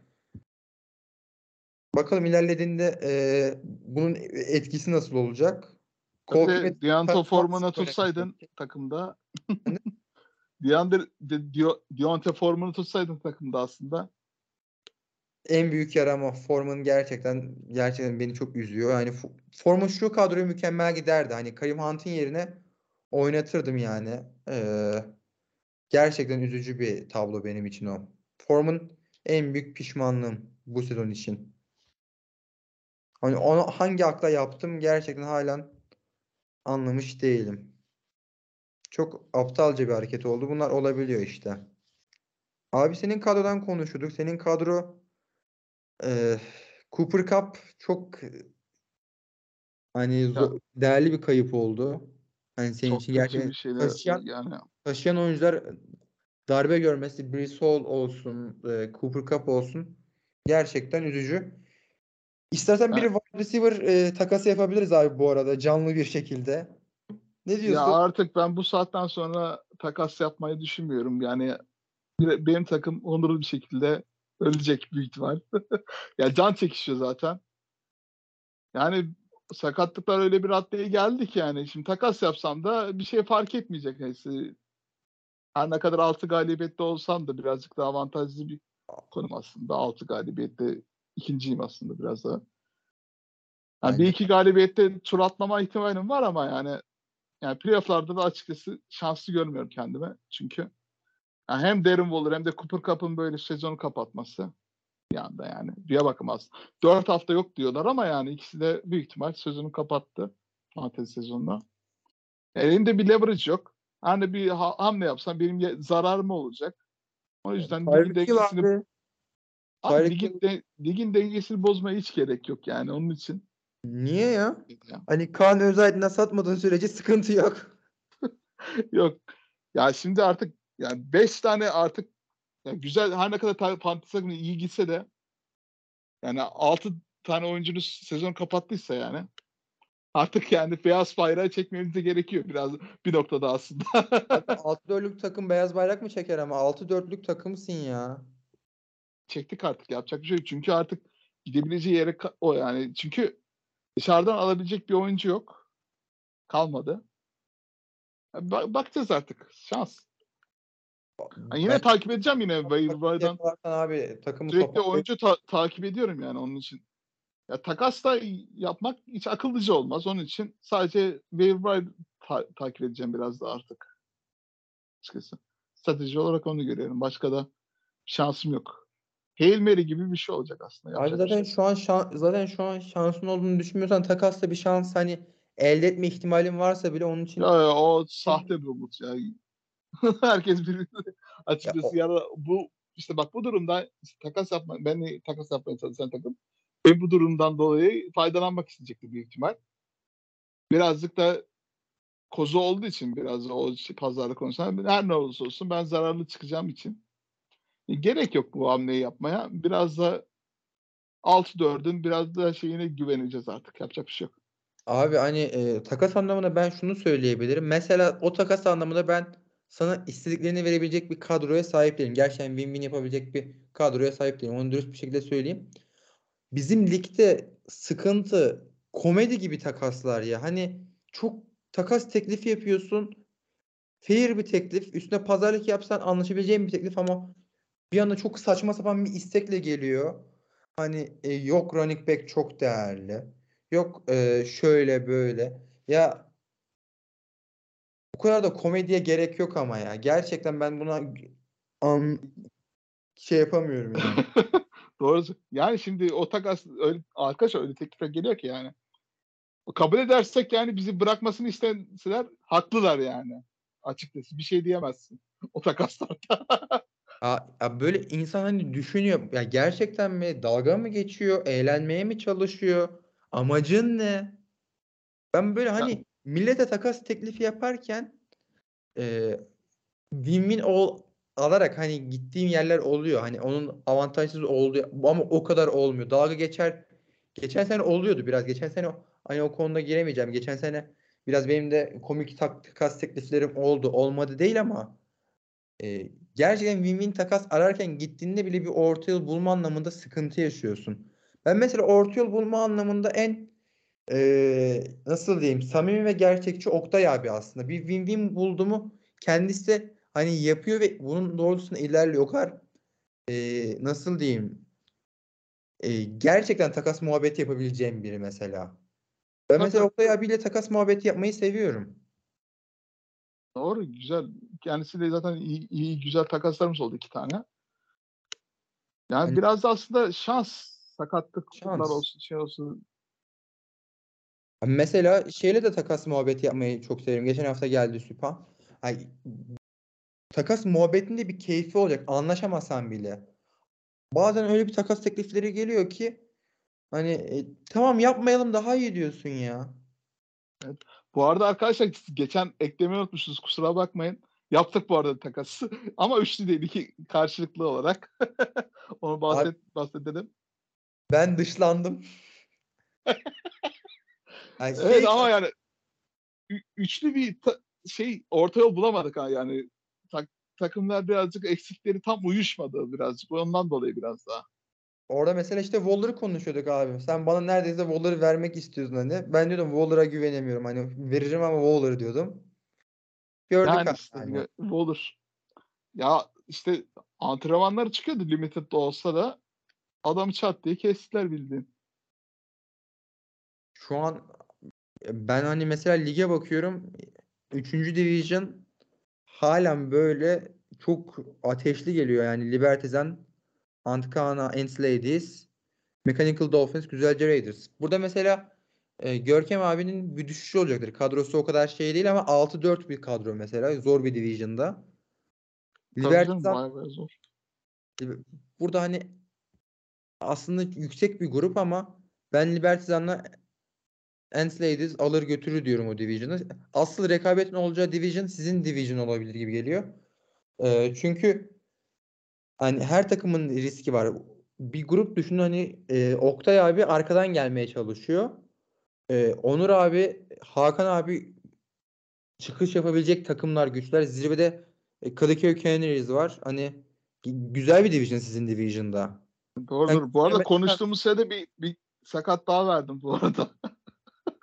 Bakalım ilerlediğinde e, bunun etkisi nasıl olacak?
Bir
Cole
de
Kmet
Deontay
performansı
Foreman'ı
önemli.
tutsaydın takımda. DeAndre, de, Dio, Deontay Foreman'ı tutsaydın takımda aslında.
En büyük yaram o. Foreman gerçekten gerçekten beni çok üzüyor. Yani Fo- Foreman şu kadroyu mükemmel giderdi. Hani Kareem Hunt'ın yerine oynatırdım yani. Ee, gerçekten üzücü bir tablo benim için o. Foreman en büyük pişmanlığım bu sezon için. Hani onu hangi akla yaptım gerçekten halen anlamış değilim. Çok aptalca bir hareket oldu. Bunlar olabiliyor işte. Abi senin kadrodan konuşuyorduk. Senin kadro e, Cooper Kupp çok hani
Ya
zo- değerli bir kayıp oldu. Hani senin
çok
için
kötü bir
gerçekten
şeydi
taşıyan
yani.
taşıyan oyuncular darbe görmesi, Breece Hall olsun, e, Cooper Kupp olsun gerçekten üzücü. İstersen bir
Yani
wide receiver e, takası yapabiliriz abi bu arada canlı bir şekilde. Ne
ya
diyorsun?
artık ben bu saatten sonra takas yapmayı düşünmüyorum. Yani bir- benim takım onurlu bir şekilde ölecek büyük ihtimal. Ya can çekişiyor zaten. Yani sakatlıklar öyle bir raddeye geldik yani. Şimdi takas yapsam da bir şey fark etmeyecek neyse. Her ne kadar altı galibiyette olsam da birazcık daha avantajlı bir konum aslında. Altı galibiyette ikinciyim aslında biraz daha. Yani bir
Bence
iki galibiyette tur atlama ihtimalim var ama yani yani playoff'larda da açıkçası şanslı görmüyorum kendime. Çünkü yani hem Darren Waller hem de Cooper Kupp'ın böyle sezonu kapatması bir anda yani. Diye bakmaz. Dört hafta yok diyorlar ama yani ikisi de büyük ihtimal sezonu kapattı. Fantezi sezonunda. Elinde bir leverage yok. Hani bir ha- hamle yapsam benim ye- zararım olacak. O yüzden ligin
Tyreek Hill
dengesini
abi.
abi
Tyreek
ligin,
Hill
de, ligin dengesini bozmaya hiç gerek yok yani onun için.
niye ya?
Ya.
Hani Kaan Özaydın'a satmadığın sürece sıkıntı yok.
Yok. Ya şimdi artık yani beş tane artık ya güzel her ne kadar ta- fantezi takımı iyi gitse de yani altı tane oyuncunuz sezon kapattıysa yani artık yani beyaz bayrağı çekmemiz de gerekiyor biraz bir noktada aslında.
Abi altı dörtlük takım beyaz bayrak mı çeker ama altı dörtlük takımsın ya.
Çektik artık yapacak bir şey yok. Çünkü artık gidebileceği yere ka- o yani. Çünkü dışarıdan alabilecek bir oyuncu yok. kalmadı. Ba- bakacağız artık. Şans. Yani yine
Ben
takip edeceğim yine waiver'dan.
abi takımı
Sürekli
toparlayıp
oyuncu ta- takip ediyorum yani onun için. Ya takas da yapmak hiç akıllıca olmaz. Onun için sadece waiver ta- takip edeceğim biraz da artık. Açıkçası. Strateji olarak onu görüyorum. Başka da şansım yok. Hail Mary gibi bir şey olacak aslında.
abi
Yapacak bir şey
zaten
yok.
şu an şan, zaten şu an şansın olduğunu düşünmüyorsan takasla bir şans hani elde etme ihtimalin varsa bile onun
Ya,
için
ya o sahte bir umut ya. Herkes birbirini
ya,
açıkçası
o-
ya da bu işte bak bu durumda işte takas yapma ben takas yapmaya çalışan takım ve bu durumdan dolayı faydalanmak isteyecekti büyük ihtimal. Birazcık da kozu olduğu için biraz da o şey, pazarlık konusunda her ne olursa olsun ben zararlı çıkacağım için e, gerek yok bu hamleyi yapmaya. Biraz da altı dördün biraz da şeyine güveneceğiz artık. Yapacak bir şey yok.
abi hani e, takas anlamında ben şunu söyleyebilirim. Mesela o takas anlamında ben sana istediklerini verebilecek bir kadroya sahip değilim. Gerçekten win-win yapabilecek bir kadroya sahip değilim. Onu dürüst bir şekilde söyleyeyim. Bizim ligde sıkıntı komedi gibi takaslar ya. Hani çok takas teklifi yapıyorsun. Fair bir teklif. Üstüne pazarlık yapsan anlaşabileceğin bir teklif ama bir anda çok saçma sapan bir istekle geliyor. Hani e, yok running back çok değerli. Yok e, şöyle böyle. Ya bu kadar da komediye gerek yok ama ya. Gerçekten ben buna an, şey yapamıyorum yani.
Doğrusu. Yani şimdi o takas öyle, arkadaşlar öyle teklife geliyor ki yani. Kabul edersek yani bizi bırakmasını isteseler haklılar yani. Açıkçası bir şey diyemezsin o takaslarda.
Ya, ya böyle insan hani düşünüyor. Ya gerçekten mi? Dalga mı geçiyor? Eğlenmeye mi çalışıyor? Amacın ne? Ben böyle
Ya,
hani millete takas teklifi yaparken e, win-win ol, alarak hani gittiğim yerler oluyor. Hani onun avantajsız olduğu ama o kadar olmuyor. Dalga geçer. Geçen sene oluyordu biraz. Geçen sene hani o konuda giremeyeceğim. Geçen sene biraz benim de komik tak- takas tekliflerim oldu. Olmadı değil ama e, gerçekten win-win takas ararken gittiğinde bile bir orta yol bulma anlamında sıkıntı yaşıyorsun. Ben mesela orta yol bulma anlamında en e, nasıl diyeyim samimi ve gerçekçi Oktay abi aslında. Bir win-win buldu mu kendisi de hani yapıyor ve bunun doğrultusunda ilerliyor. O kadar e, nasıl diyeyim e, gerçekten takas muhabbeti yapabileceğim biri mesela. Ben
tabii
mesela
tabii.
Oktay abiyle takas muhabbeti yapmayı seviyorum.
Doğru güzel. Kendisiyle zaten iyi, iyi güzel takaslarımız oldu iki tane. Yani
Hani
biraz da aslında şans. Sakatlıklar
şans.
olsun şey olsun.
Mesela şeyle de takas muhabbeti yapmayı çok severim. Geçen hafta geldi Süphan. Ay, takas muhabbetinde bir keyfi olacak. Anlaşamasan bile. Bazen öyle bir takas teklifleri geliyor ki hani e, tamam yapmayalım daha iyi diyorsun ya.
Evet. Bu arada arkadaşlar geçen eklemeyi unutmuşuz kusura bakmayın. Yaptık bu arada takası. Ama üçlü değil iki karşılıklı olarak. Onu
Abi
bahset, bahsedelim.
ben dışlandım. Yani
Evet
şey
ama yani ü- üçlü bir ta- şey orta yol bulamadık ha yani. Tak- takımlar birazcık eksikleri tam uyuşmadı birazcık. Ondan dolayı biraz daha.
orada mesela işte Waller'ı konuşuyorduk abi. Sen bana neredeyse Waller'ı vermek istiyorsun hani. Ben diyordum Waller'a güvenemiyorum. Hani veririm ama Waller diyordum. Gördük
Yani
abi
işte
hani.
bu olur. Ya işte antrenmanları çıkıyordu limited de olsa da adamı çat diye kestiler bildiğin.
Şu an e, ben hani mesela lige bakıyorum. Üçüncü Division halen böyle çok ateşli geliyor. Yani Libertizan, Antkana, Ensladies, Mechanical Dolphins, Güzelce Raiders. Burada mesela e, Görkem abinin bir düşüşü olacaktır. Kadrosu o kadar şey değil ama altı dört bir kadro mesela. Zor bir division'da.
Tabii canım
Libertizan
bayağı bayağı zor.
burada hani aslında yüksek bir grup ama ben Libertizan'la Ensladies alır götürür diyorum o division'ı. Asıl rekabetin olacağı division sizin division olabilir gibi geliyor. E, çünkü hani her takımın riski var. Bir grup düşünün hani e, Oktay abi arkadan gelmeye çalışıyor. E, Onur abi, Hakan abi çıkış yapabilecek takımlar güçler. Zirvede e, Kadıköy Canaries var. Hani g- güzel bir division sizin division'da. Sanki
Doğrudur. Bu arada
yemekten-
konuştuğumuz sırada bir, bir sakat daha verdim bu arada.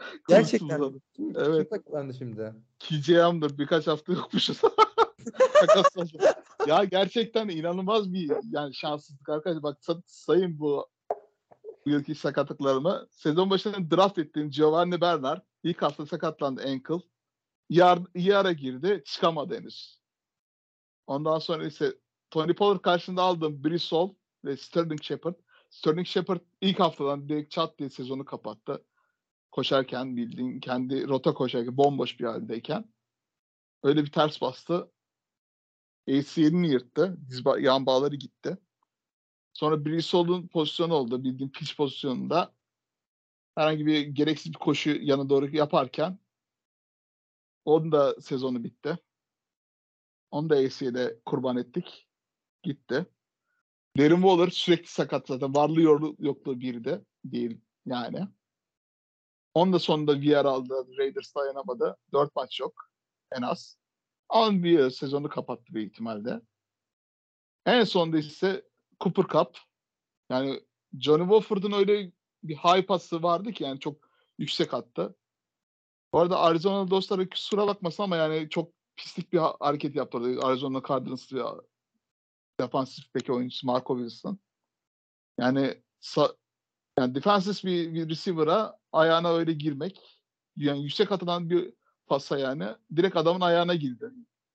Gerçekten mi?
Kuluçsuz.
Kim, kim
Evet.
sakatlandı şimdi?
K J Hamler birkaç hafta yokmuşuz. Takaslaşma. Ya gerçekten inanılmaz bir yani şanssızlık arkadaşlar. Bak sa- sayın bu bu yılki sakatlıklarımı. Sezon başında draft ettiğim Giovanni Bernard ilk hafta sakatlandı ankle. İyi ara, iyi ara girdi. Çıkamadı henüz. Ondan sonra ise Tony Pollard karşısında aldığım Brissol ve Sterling Shepard. Sterling Shepard ilk haftadan direkt çat diye sezonu kapattı. Koşarken bildiğin kendi rota koşarken bomboş bir haldeyken. Öyle bir ters bastı. A C L'ini yırttı. Diz ba- yan bağları gitti. Sonra Brissol'un pozisyonu oldu. Bildiğin pitch pozisyonunda. Herhangi bir gereksiz bir koşu yana doğru yaparken onun da sezonu bitti. Onu da A C L'e kurban ettik. Gitti. Darren Waller sürekli sakat zaten. Varlığı yokluğu yokluğu bir de değil yani. Onun da sonunda V R aldı. Raiders dayanamadı. Dört maç yok. En az. Ama bir sezonu kapattı büyük ihtimalle. En sonunda ise Cooper Kupp. Yani Johnny Wolford'un öyle bir high pası vardı ki yani çok yüksek attı. Bu arada Arizona dostları kusura bakmasın ama yani çok pislik bir ha- hareket yaptı orada. Arizona Cardinals ve defansif bek oyuncusu Marco Wilson. Yani sa- yani defensive bir, bir receiver'a ayağına öyle girmek yani yüksek atılan bir pasa yani direkt adamın ayağına girdi.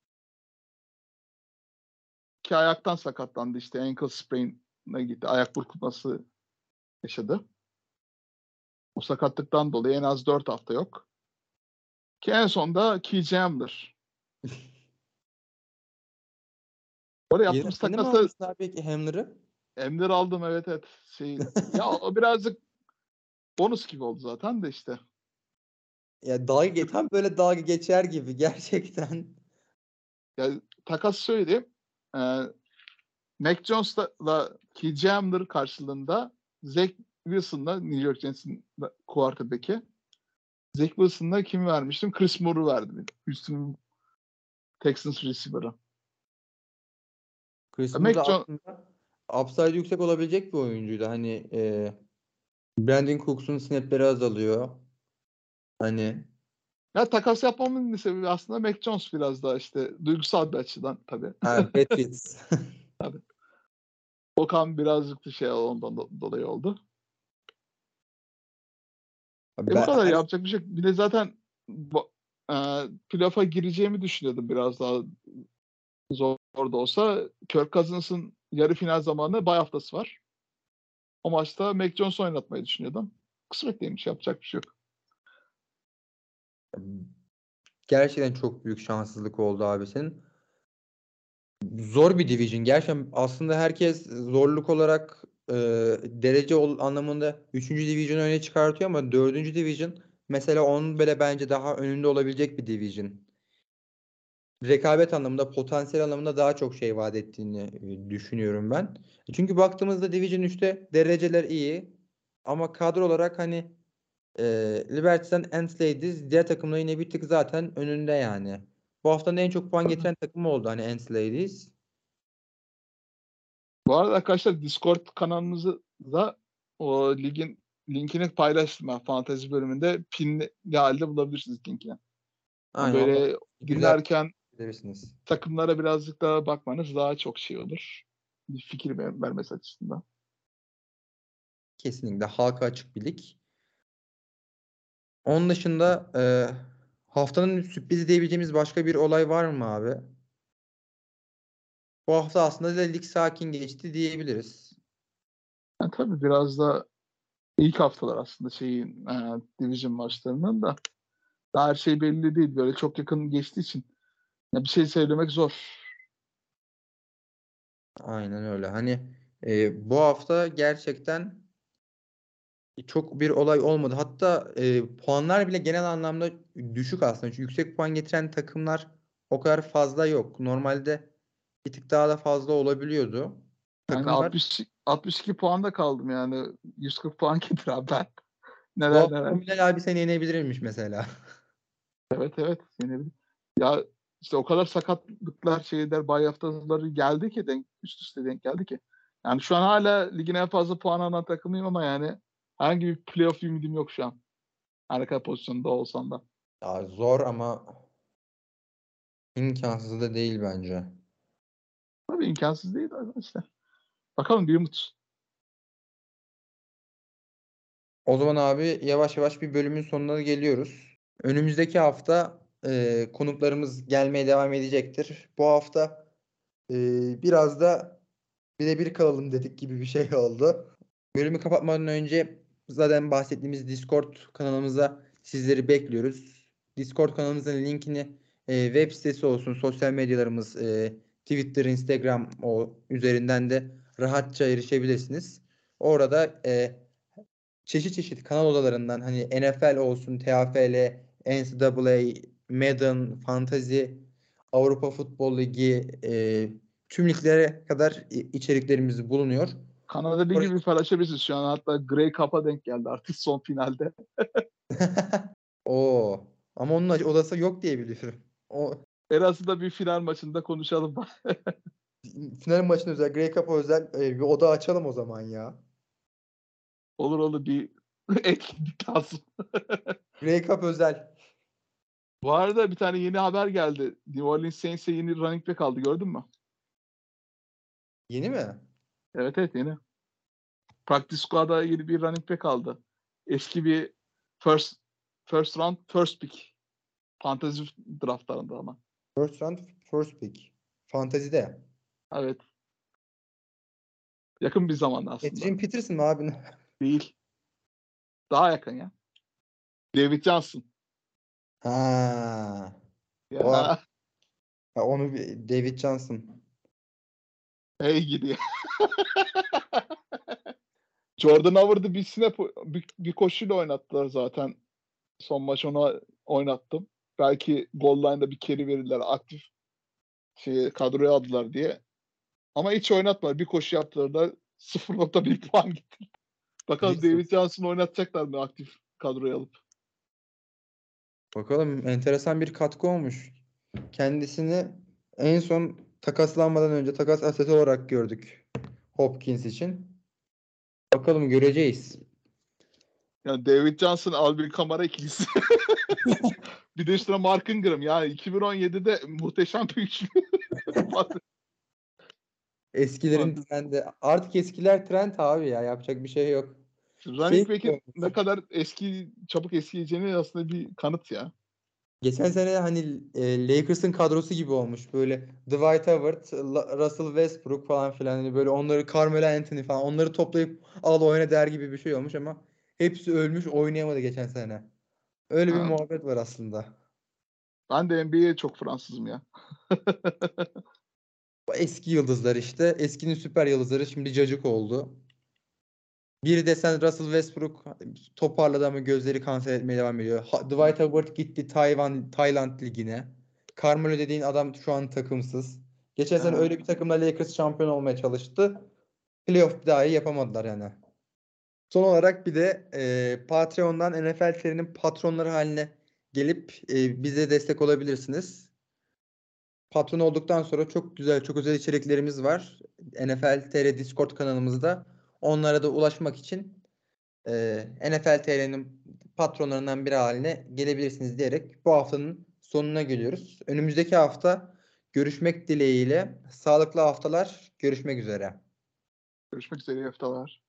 Ki ayaktan sakatlandı işte ankle sprain'e gitti. Ayak burkulması yaşadı. O sakatlıktan dolayı en az dört hafta yok. Ki en sonda K J Hamler. Orada
Yine
yaptığımız
yeni mi
takası
almışsın abi peki Hamler'ı?
Emler aldım evet evet. Şey, ya o birazcık bonus gibi oldu zaten de işte.
Ya dalga ge- tam böyle dalga geçer gibi gerçekten.
Yani takas söyleyeyim. Ee, Mac Jones'la K J Hamler karşılığında Zach Wilson'la New York Jets'in quarterback'i. Zach Wilson'la kimi vermiştim? Chris Moore'u verdim. Houston Texans receiver'ı.
Chris Moore
Mac
da
Jones
aslında upside yüksek olabilecek bir oyuncuydu. Hani e, Brandon Cooks'un snapleri azalıyor. Hani
ya takas yapmamın sebebi aslında Mac Jones biraz daha işte duygusal bir açıdan tabii.
ha, Patriots.
Tabii. Okan birazcık da şey ondan do- dolayı oldu. E bu
Ben,
kadar
her,
yapacak bir şey. yok. Bir de zaten bu, e, playoff'a gireceğimi düşünüyordum biraz daha zor da olsa. Kirk Cousins'ın yarı final zamanı bay haftası var. O maçta Mac Jones oynatmayı düşünüyordum. Kısmetliymiş yapacak bir şey yok.
gerçekten çok büyük şanssızlık oldu abi senin. Zor bir division. Gerçekten aslında herkes zorluk olarak e, derece ol- anlamında üçüncü division öne çıkartıyor ama dördüncü division mesela onun bile bence daha önünde olabilecek bir division. Rekabet anlamında, potansiyel anlamında daha çok şey vaat ettiğini e, düşünüyorum ben. Çünkü baktığımızda Division üçte dereceler iyi ama kadro olarak hani e, Liberty'den Enslayd'iz. Diğer takımlar yine bir tık zaten önünde yani. Bu haftanın en çok puan
Tabii.
getiren takımı oldu hani Enslayd'iz.
Bu arada arkadaşlar Discord kanalımızı da o ligin linkini paylaştım ben fantezi bölümünde. Pinli halde bulabilirsiniz linkini. Yani
Aynen orada
böyle
fikirler
dinlerken
verebilirsiniz.
takımlara birazcık daha bakmanız daha çok şey olur. Bir fikir ver- vermesi açısından.
Kesinlikle halka açık bir lig. Onun dışında e, haftanın sürprizi diyebileceğimiz başka bir olay var mı abi? Bu hafta aslında da lig sakin geçti diyebiliriz.
Yani tabii biraz da ilk haftalar aslında şeyin e, division maçlarının da daha her şey belli değil. Böyle çok yakın geçtiği için ya bir şey söylemek zor.
Aynen öyle. Hani e, bu hafta gerçekten çok bir olay olmadı. Hatta e, puanlar bile genel anlamda düşük aslında. Çünkü yüksek puan getiren takımlar o kadar fazla yok. Normalde bir tık daha da fazla olabiliyordu.
Yani
Takımlar
altmış altmış iki puanda kaldım yani. yüz kırk puan getir abi ben.
bu
Neler
hafta
neler.
Bilal abi seni yenebilirmiş mesela.
Evet evet. Yine bir- Ya işte o kadar sakatlıklar şeyler bay haftaları geldi ki denk, üst üste denk geldi ki. Yani şu an hala ligin en fazla puan alan takımıyım ama yani herhangi bir playoff ümidim yok şu an. Her ne kadar pozisyonda olsan da.
Ya zor ama imkansız da değil bence.
Tabii imkansız değil işte. Bakalım, bir umut.
O zaman abi yavaş yavaş bir bölümün sonuna geliyoruz. Önümüzdeki hafta e, konuklarımız gelmeye devam edecektir. Bu hafta e, biraz da birebir kalalım dedik gibi bir şey oldu. Bölümü kapatmadan önce zaten bahsettiğimiz Discord kanalımıza sizleri bekliyoruz. Discord kanalımızın linkini e, web sitesi olsun, sosyal medyalarımız, e, Twitter, Instagram o üzerinden de rahatça erişebilirsiniz. Orada e, çeşit çeşit kanal odalarından hani N F L olsun, T F L, N C A A, Madden, Fantasy, Avrupa Futbol Ligi, e, tüm liglere kadar i- içeriklerimiz bulunuyor.
Kanada Ligi bir paylaşabiliriz şu an. Hatta Grey Cup'a denk geldi artık son finalde.
Oo. Ama onun odası yok diye biliyorum. O
Eras'da bir final maçında konuşalım.
final maçına özel, Grey Cup'a özel e, bir oda açalım o zaman ya.
Olur olur, bir etkinlik lazım.
Grey Cup özel.
Bu arada bir tane yeni haber geldi. New Orleans Saints'e yeni running back aldı, gördün mü?
Yeni mi?
Evet evet, yeni. Practice squad'a yeni bir running back aldı. Eski bir first first round first pick. Fantasy draftlarında ama.
First round, first pick. Fantazi'de.
Evet. Yakın bir zamanda aslında.
Adrian Peterson mı abi?
Değil. Daha yakın ya. David Johnson.
Ha. O an,
Ya.
ha, onu bir- David Johnson.
Hey gidiyor. Jordan Howard'ı bir snap, bir, bir koşuyla oynattılar zaten. Son maç ona oynattım. Belki goal line'da bir carry verirler. Aktif şey, kadroya aldılar diye. Ama hiç oynatmadı. Bir koşu yaptılar da sıfır nokta bir puan gitti. Bakalım
Diyorsun.
David Johnson'ı oynatacaklar mı aktif kadroya alıp.
Bakalım, enteresan bir katkı olmuş. Kendisini en son takaslanmadan önce takas aseti olarak gördük Hopkins için. Bakalım, göreceğiz.
Yani David Johnson, Alvin Kamara ikilisi. Bir de üstüne Mark Ingram. Yani iki bin on yedide muhteşem bir üçlü.
Eskilerin trendi. Artık eskiler trend abi ya. Yapacak bir şey yok.
Running
Şey
back'in ne kadar eski, çabuk eskiyeceğini aslında bir kanıt ya.
Geçen sene hani e, Lakers'ın kadrosu gibi olmuş. Böyle Dwight Howard, La- Russell Westbrook falan filan. Hani böyle onları, Carmelo Anthony falan, onları toplayıp al oyna der gibi bir şey olmuş ama hepsi ölmüş, oynayamadı geçen sene. Öyle bir
Ha,
muhabbet var aslında.
ben de N B A'ye çok Fransızım ya.
Bu eski yıldızlar işte. Eskinin süper yıldızları şimdi cacık oldu. Biri desen Russell Westbrook toparladı ama gözleri kanser etmeye devam ediyor. Ha- Dwight Howard gitti Tayvan, Tayland ligine. Carmelo dediğin adam şu an takımsız. Geçen sene
Ha.
öyle bir takımla Lakers şampiyon olmaya çalıştı. Playoff dahi yapamadılar yani. Son olarak bir de e, Patreon'dan N F L T R'nin patronları haline gelip e, bize destek olabilirsiniz. Patron olduktan sonra çok güzel, çok özel içeriklerimiz var. N F L T R Discord kanalımızda. Onlara da ulaşmak için e, N F L T R'nin patronlarından biri haline gelebilirsiniz diyerek bu haftanın sonuna geliyoruz. Önümüzdeki hafta görüşmek dileğiyle. Sağlıklı haftalar. Görüşmek üzere.
Görüşmek üzere, iyi haftalar.